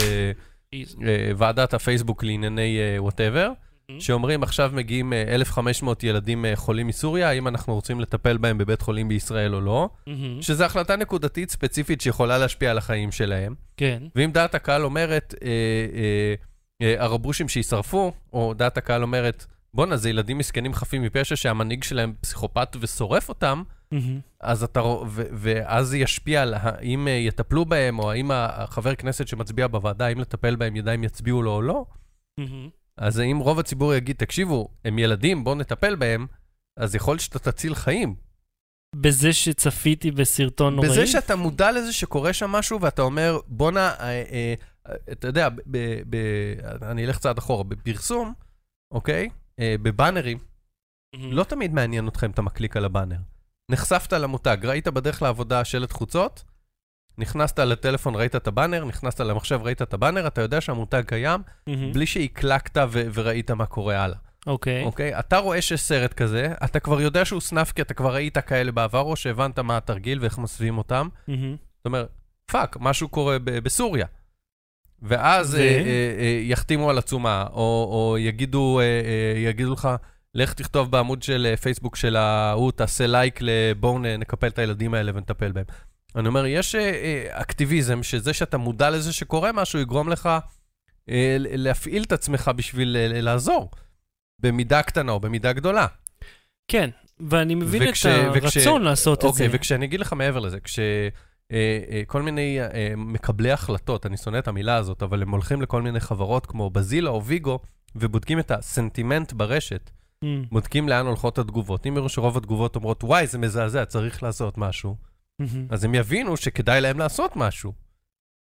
וועדת הפייסבוק לענייני whatever, שאומרים עכשיו מגיעים אלף וחמש מאות ילדים חולים מסוריה, האם אנחנו רוצים לטפל בהם בבית חולים בישראל או לא, שזו החלטה נקודתית ספציפית שיכולה להשפיע על החיים שלהם. כן. ואם דעת הקהל אומרת... הרבושים שישרפו, או דעת הקהל אומרת, בונה, זה ילדים מסכנים חפים מפשע שהמנהיג שלהם פסיכופת ושורף אותם, אז אתה, ואז זה ישפיע על האם יטפלו בהם, או האם החבר כנסת שמצביע בוועדה, האם לטפל בהם ידיים יצביעו לו או לא. אז אם רוב הציבור יגיד, תקשיבו, הם ילדים, בואו נטפל בהם, אז יכול שאתה תציל חיים. בזה שצפיתי בסרטון נוראי? בזה שאתה מודע לזה שקורה שם משהו, ואתה אומר, בונה, אתה יודע, אני אלך צעד אחורה, בפרסום, אוקיי? בבאנרים, לא תמיד מעניין אתכם, אתה מקליק על הבאנר. נחשפת למותג, ראית בדרך לעבודה שלט חוצות, נכנסת לטלפון, ראית את הבאנר, נכנסת למחשב, ראית את הבאנר, אתה יודע שהמותג קיים, בלי שהקלקת וראית מה קורה הלאה. אוקיי. אוקיי? אתה רואה שיש סרט כזה, אתה כבר יודע שהוא סנף, כי אתה כבר ראית כאלה בעבר, או שהבנת מה התרגיל ואיך מסווים אותם. זאת אומרת, פאק, משהו קורה בסוריה. ואז יחתימו על עצומה, או יגידו לך, לך תכתוב בעמוד של פייסבוק של ההוא, תעשה לייק לבואו נקפל את הילדים האלה ונטפל בהם. אני אומר, יש אקטיביזם, שזה שאתה מודע לזה שקורה משהו, יגרום לך להפעיל את עצמך בשביל לעזור. במידה קטנה או במידה גדולה. כן, ואני מבין את הרצון לעשות את זה. אוקיי, וכשאני אגיד לך מעבר לזה, כשכל מיני מקבלי החלטות, אני שונא את המילה הזאת, אבל הם הולכים לכל מיני חברות כמו בזילה או ויגו, ובודקים את הסנטימנט ברשת, בודקים לאן הולכות התגובות. אם יראו שרוב התגובות אומרות, וואי, זה מזעזע, צריך לעשות משהו, אז הם יבינו שכדאי להם לעשות משהו.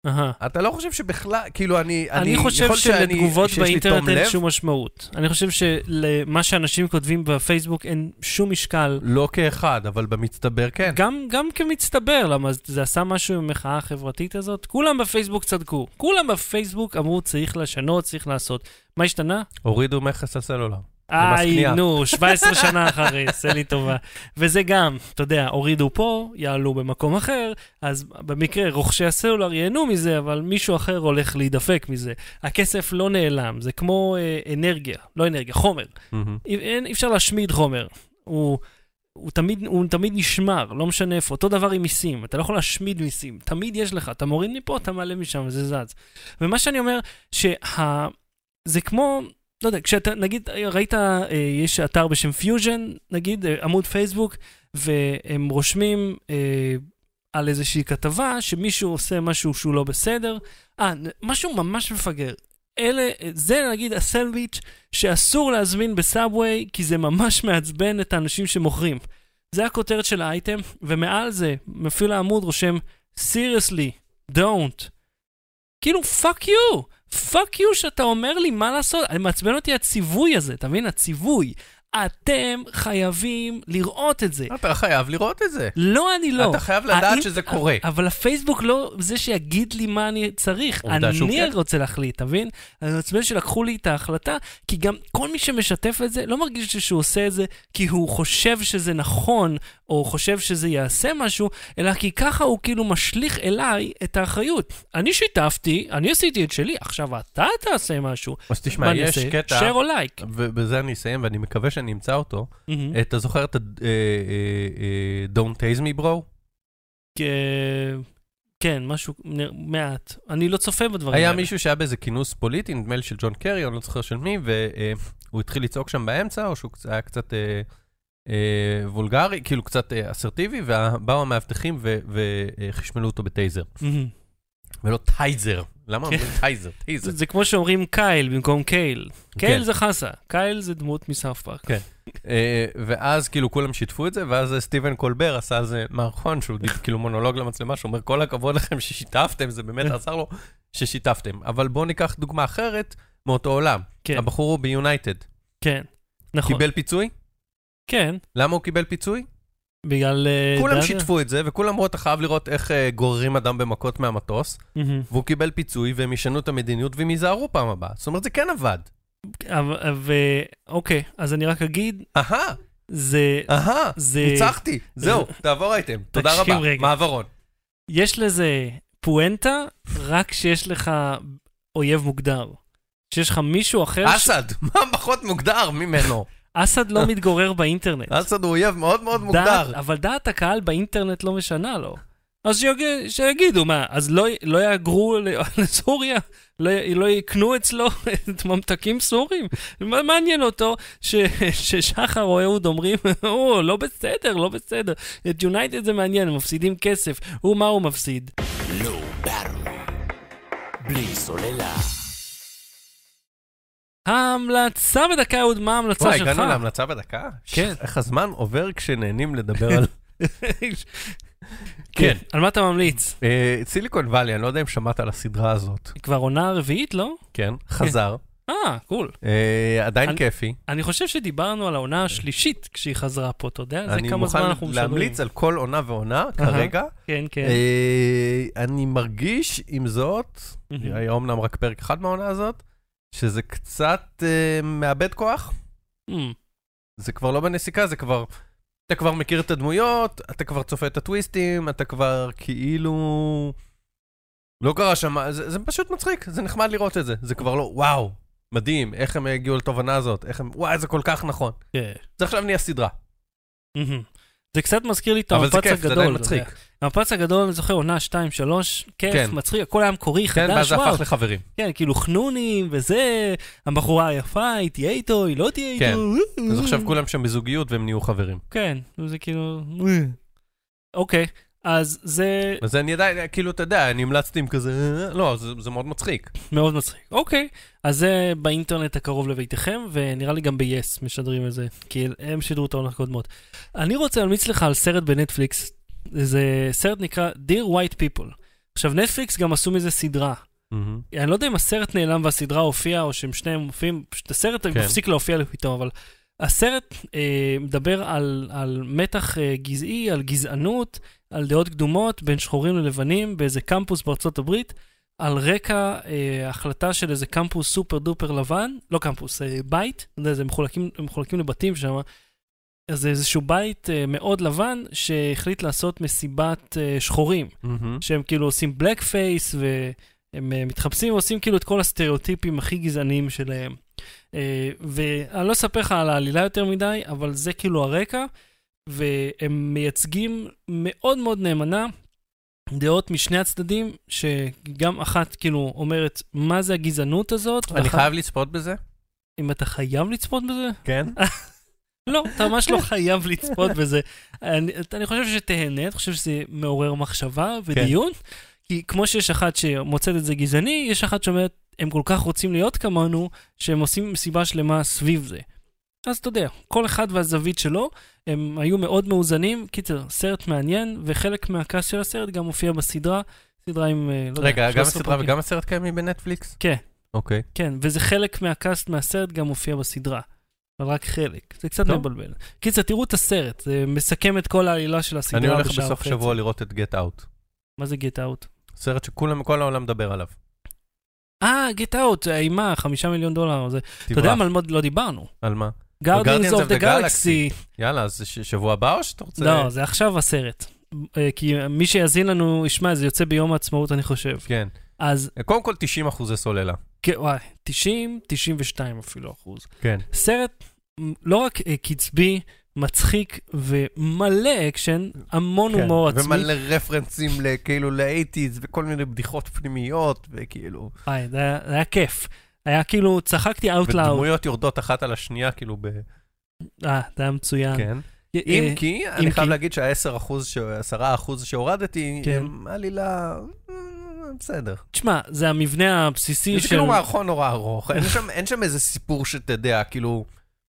אתה לא חושב שבכלל, כאילו אני... אני חושב שלתגובות באינטרנט אין שום משמעות. אני חושב שלמה שאנשים כותבים בפייסבוק אין שום משקל. לא כאחד, אבל במצטבר כן. גם כמצטבר, למה זה עשה משהו עם המחאה החברתית הזאת? כולם בפייסבוק צדקו. כולם בפייסבוק אמרו צריך לשנות, צריך לעשות. מה השתנה? הורידו מכס הסלולר. איי, נו, שבע עשרה שנה אחרי, עשה לי טובה. וזה גם, אתה יודע, הורידו פה, יעלו במקום אחר, אז במקרה רוכשי הסלולר ייהנו מזה, אבל מישהו אחר הולך להידפק מזה. הכסף לא נעלם, זה כמו אה, אנרגיה, לא אנרגיה, חומר. Mm-hmm. אי, אי אפשר להשמיד חומר. הוא, הוא, תמיד, הוא תמיד נשמר, לא משנה איפה. אותו דבר עם מיסים, אתה לא יכול להשמיד מיסים. תמיד יש לך, אתה מוריד מפה, אתה מעלה משם, וזה זז. ומה שאני אומר, שה... זה כמו... לא יודע, כשאתה, נגיד, ראית, יש אתר בשם פיוז'ן, נגיד, עמוד פייסבוק, והם רושמים אה, על איזושהי כתבה, שמישהו עושה משהו שהוא לא בסדר. אה, משהו ממש מפגר. אלה, זה נגיד הסנדוויץ' שאסור להזמין בסאבווי, כי זה ממש מעצבן את האנשים שמוכרים. זה הכותרת של האייטם, ומעל זה, מפעיל העמוד רושם, seriously, don't. כאילו, fuck you. פאק יו שאתה אומר לי מה לעשות. אני מעצבן אותי הציווי הזה, אתה מבין? הציווי. אתם חייבים לראות את זה. אתה חייב לראות את זה. לא, אני לא. אתה חייב לדעת שזה קורה. אבל הפייסבוק לא זה שיגיד לי מה אני צריך. אני רוצה להחליט, אתה מבין? אני מעצבן שלקחו לי את ההחלטה, כי גם כל מי שמשתף את זה, לא מרגיש שהוא עושה את זה, כי הוא חושב שזה נכון, או חושב שזה יעשה משהו, אלא כי ככה הוא כאילו משליך אליי את האחריות. אני שיתפתי, אני עשיתי את שלי, עכשיו אתה תעשה משהו. אז תשמע, יש קטע, share או לייק. ובזה אני אסיים, ואני מקווה שאני אמצא אותו. אתה זוכר את Don't Taste Me Bro? כן, משהו מעט. אני לא צופה בדברים האלה. היה מישהו שהיה באיזה כינוס פוליטי, נדמה לי של ג'ון קרי, אני לא זוכר של מי, והוא התחיל לצעוק שם באמצע, או שהוא היה קצת וולגרי, כאילו קצת אסרטיבי, ובאו המאבטחים וחשמלו אותו בטייזר. ולא טייזר. למה אומרים טייזר? זה כמו שאומרים קייל במקום קייל. קייל זה חסה, קייל זה דמות מסאוף פארק. כן. ואז כאילו כולם שיתפו את זה, ואז סטיבן קולבר עשה על זה מערכון, שהוא כאילו מונולוג למצלמה, שאומר כל הכבוד לכם ששיתפתם, זה באמת עזר לו ששיתפתם. אבל בואו ניקח דוגמה אחרת מאותו עולם. הבחור הוא ביונייטד. כן, נכון. קיבל פיצוי? כן. למה הוא קיבל פיצוי? בגלל... כולם שיתפו את זה, וכולם אמרו, אתה חייב לראות איך גוררים אדם במכות מהמטוס, והוא קיבל פיצוי, והם ישנו את המדיניות, והם ייזהרו פעם הבאה. זאת אומרת, זה כן עבד. ואוקיי, אז אני רק אגיד... אהה, זה... אהה, ניצחתי. זהו, תעבור אייטם. תודה רבה. מעברון. יש לזה פואנטה, רק שיש לך אויב מוגדר. שיש לך מישהו אחר... אסד, מה פחות מוגדר ממנו? אסד לא מתגורר באינטרנט. אסד הוא אויב מאוד מאוד מוגדר. אבל דעת הקהל באינטרנט לא משנה לו. אז שיגידו, מה, אז לא יאגרו לסוריה? לא יקנו אצלו את ממתקים סורים? מה מעניין אותו ששחר או אהוד אומרים, או, לא בסדר, לא בסדר. את יונייטד זה מעניין, הם מפסידים כסף. הוא מה הוא מפסיד? לא ברור. בלי סוללה. ההמלצה בדקה, עוד מה ההמלצה שלך? וואי, הגענו להמלצה בדקה? כן. איך הזמן עובר כשנהנים לדבר על... כן. על מה אתה ממליץ? סיליקון ואלי, אני לא יודע אם שמעת על הסדרה הזאת. כבר עונה רביעית, לא? כן, חזר. אה, קול. עדיין כיפי. אני חושב שדיברנו על העונה השלישית כשהיא חזרה פה, אתה יודע? זה כמה זמן אנחנו משדרים. אני מוכן להמליץ על כל עונה ועונה כרגע. כן, כן. אני מרגיש עם זאת, היה אומנם רק פרק אחד מהעונה הזאת, שזה קצת uh, מאבד כוח. Mm. זה כבר לא בנסיקה, זה כבר... אתה כבר מכיר את הדמויות, אתה כבר צופה את הטוויסטים, אתה כבר כאילו... לא קרה שם, זה, זה פשוט מצחיק, זה נחמד לראות את זה. זה כבר לא, וואו, מדהים, איך הם הגיעו לתובנה הזאת, איך הם... וואי, זה כל כך נכון. Yeah. זה עכשיו נהיה סדרה. Mm-hmm. זה קצת מזכיר לי את המפץ הגדול. אבל זה כיף, זה עדיין מצחיק. המפץ הגדול, אני זוכר, עונה שתיים שלוש, כיף, כן. מצחיק, הכל היה מקורי, כן, חדש, ואז הפך לחברים. כן, כאילו חנונים וזה, הבחורה היפה, היא תהיה איתו, היא לא תהיה כן. איתו. אז עכשיו כולם שם בזוגיות והם נהיו חברים. כן, זה כאילו... אוקיי, אז זה... אז אני יודע, כאילו, אתה יודע, אני המלצתי עם כזה... לא, זה, זה מאוד מצחיק. מאוד מצחיק, אוקיי. אז זה באינטרנט הקרוב לביתכם, ונראה לי גם ב-Yes משדרים את זה, כי הם שידרו את העונות קודמות. אני רוצה להמליץ לך על סרט בנטפליקס, זה סרט נקרא Dear White People. עכשיו, נטפליקס גם עשו מזה סדרה. אני לא יודע אם הסרט נעלם והסדרה הופיעה, או שהם שניהם מופיעים, פשוט הסרט מפסיק להופיע לפתאום, אבל הסרט אה, מדבר על, על מתח אה, גזעי, על גזענות, על דעות קדומות בין שחורים ללבנים, באיזה קמפוס בארצות הברית, על רקע אה, החלטה של איזה קמפוס סופר דופר לבן, לא קמפוס, אה, בית, זה מחולקים, מחולקים לבתים שם, אז זה איזשהו בית אה, מאוד לבן, שהחליט לעשות מסיבת אה, שחורים, mm-hmm. שהם כאילו עושים בלק פייס, והם אה, מתחפשים ועושים כאילו את כל הסטריאוטיפים הכי גזעניים שלהם. אה, ואני לא אספר לך על העלילה יותר מדי, אבל זה כאילו הרקע, והם מייצגים מאוד מאוד נאמנה, דעות משני הצדדים, שגם אחת כאילו אומרת, מה זה הגזענות הזאת? אני ואחת... חייב לצפות בזה? אם אתה חייב לצפות בזה? כן. לא, אתה ממש לא חייב לצפות בזה. אני, אני חושב שתהנה, אני חושב שזה מעורר מחשבה ודיון, כן. כי כמו שיש אחת שמוצאת את זה גזעני, יש אחת שאומרת, הם כל כך רוצים להיות כמונו, שהם עושים סיבה שלמה סביב זה. אז אתה יודע, כל אחד והזווית שלו, הם היו מאוד מאוזנים, קיצר, סרט מעניין, וחלק מהקאסט של הסרט גם מופיע בסדרה, סדרה עם, לא רגע, יודע, גם הסדרה וגם הסרט קיימים בנטפליקס? כן. אוקיי. כן, וזה חלק מהקאסט מהסרט גם מופיע בסדרה, אבל רק חלק, זה קצת מבלבל. קיצר, תראו את הסרט, זה מסכם את כל העלילה של הסדרה. אני הולך בסוף שבוע לראות את Get Out. מה זה Get Out? סרט שכולם, כל העולם מדבר עליו. אה, Get Out, אימה, חמישה מיליון דולר. אתה יודע על מה לא דיברנו? על מה? Guardians of the Galaxy. יאללה, אז שבוע הבא או שאתה רוצה... לא, זה עכשיו הסרט. כי מי שיזין לנו ישמע, זה יוצא ביום העצמאות, אני חושב. כן. אז... קודם כל תשעים אחוזי סוללה. כן, וואי, תשעים, תשעים ושתיים אפילו אחוז. כן. סרט לא רק קצבי, מצחיק ומלא אקשן, המון הומור עצמי. ומלא רפרנסים כאילו ל-שמונים וכל מיני בדיחות פנימיות, וכאילו... וואי, זה היה כיף. היה כאילו, צחקתי out loud. ודמויות יורדות אחת על השנייה, כאילו ב... אה, זה היה מצוין. כן. אם כי, אני חייב להגיד שה-עשרה אחוז, עשרה אחוז שהורדתי, הם עלילה... בסדר. תשמע, זה המבנה הבסיסי של... זה כאילו מערכון נורא ארוך. אין שם איזה סיפור שתדע, כאילו...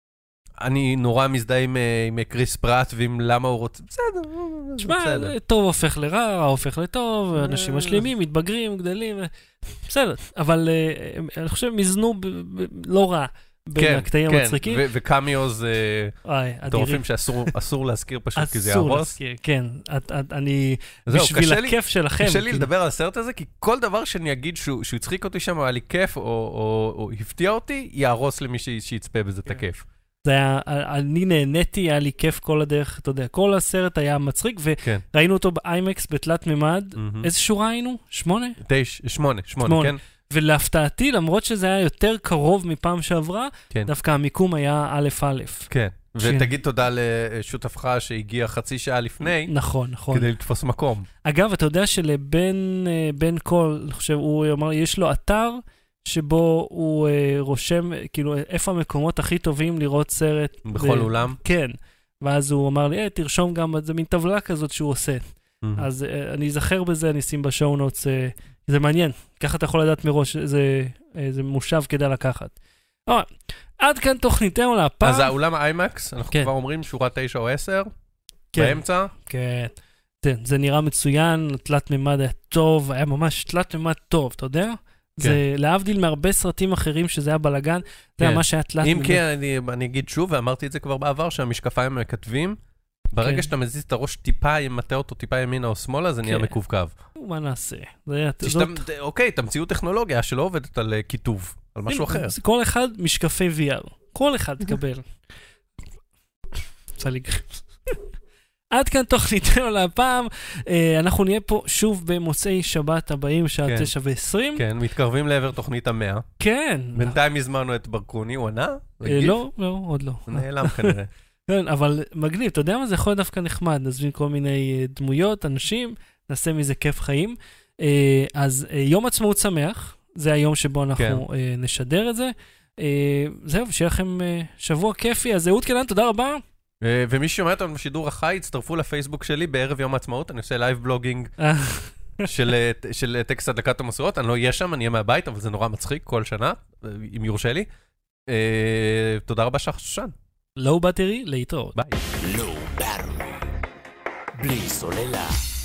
אני נורא מזדהה עם קריס פרט, ועם למה הוא רוצה... בסדר, תשמע, טוב הופך לרע, רע הופך לטוב, אנשים משלימים, מתבגרים, גדלים, בסדר. אבל אני חושב, מזנו לא רע בין הקטעים המצחיקים. כן, וקמיוז, טורפים שאסור להזכיר פשוט, כי זה יהרוס. אסור להזכיר, כן. אני, בשביל הכיף שלכם. קשה לי לדבר על הסרט הזה, כי כל דבר שאני אגיד שהוא הצחיק אותי שם, היה לי כיף, או הפתיע אותי, יהרוס למי שיצפה בזה את הכיף. זה היה, אני נהניתי, היה לי כיף כל הדרך, אתה יודע, כל הסרט היה מצחיק, וראינו אותו באיימקס בתלת ממד, איזה שורה היינו? שמונה? תש, שמונה, שמונה, כן. ולהפתעתי, למרות שזה היה יותר קרוב מפעם שעברה, דווקא המיקום היה א' א'. כן, ותגיד תודה לשותפך שהגיע חצי שעה לפני, נכון, נכון. כדי לתפוס מקום. אגב, אתה יודע שלבן קול, אני חושב, הוא אמר, יש לו אתר, שבו הוא אה, רושם, כאילו, איפה המקומות הכי טובים לראות סרט. בכל ו... אולם? כן. ואז הוא אמר לי, אה, תרשום גם, זה מין טבלה כזאת שהוא עושה. Mm-hmm. אז אה, אני אזכר בזה, אני אשים בשואו נוטס, אה, זה מעניין. ככה אתה יכול לדעת מראש, זה, אה, זה מושב כדאי לקחת. אבל, עד כאן תוכניתנו להפעם. אז האולם האיימקס, אנחנו כן. כבר אומרים שורה תשע או עשר, כן. באמצע. כן. כן, זה נראה מצוין, תלת ממד היה טוב, היה ממש תלת ממד טוב, אתה יודע? זה להבדיל מהרבה סרטים אחרים שזה היה בלגן, זה היה מה שהיה תלת. אם כן, אני אגיד שוב, ואמרתי את זה כבר בעבר, שהמשקפיים מכתבים, ברגע שאתה מזיז את הראש טיפה, אם מטה אותו טיפה ימינה או שמאלה, זה נהיה מקווקו. מה נעשה? אוקיי, תמציאו טכנולוגיה שלא עובדת על כיתוב, על משהו אחר. כל אחד משקפי וי אר. כל אחד תקבל. צליג. עד כאן תוכניתנו להפעם, אנחנו נהיה פה שוב במוצאי שבת הבאים, שעה תשע ועשרים. כן, מתקרבים לעבר תוכנית המאה. כן. בינתיים הזמנו את ברקוני, הוא ענה? לא, לא, עוד לא. נעלם כנראה. כן, אבל מגניב, אתה יודע מה? זה יכול להיות דווקא נחמד, נזמין כל מיני דמויות, אנשים, נעשה מזה כיף חיים. אז יום עצמאות שמח, זה היום שבו אנחנו נשדר את זה. זהו, שיהיה לכם שבוע כיפי, אז אהוד קלן, תודה רבה. ומי ששומע אותנו בשידור החי, הצטרפו לפייסבוק שלי בערב יום העצמאות, אני עושה לייב בלוגינג של טקסט הדלקת המסורות, אני לא אהיה שם, אני אהיה מהבית, אבל זה נורא מצחיק כל שנה, אם יורשה לי. תודה רבה שחר שושן. לואו בטרי, להתראות. ביי. לואו בטרי, בלי סוללה.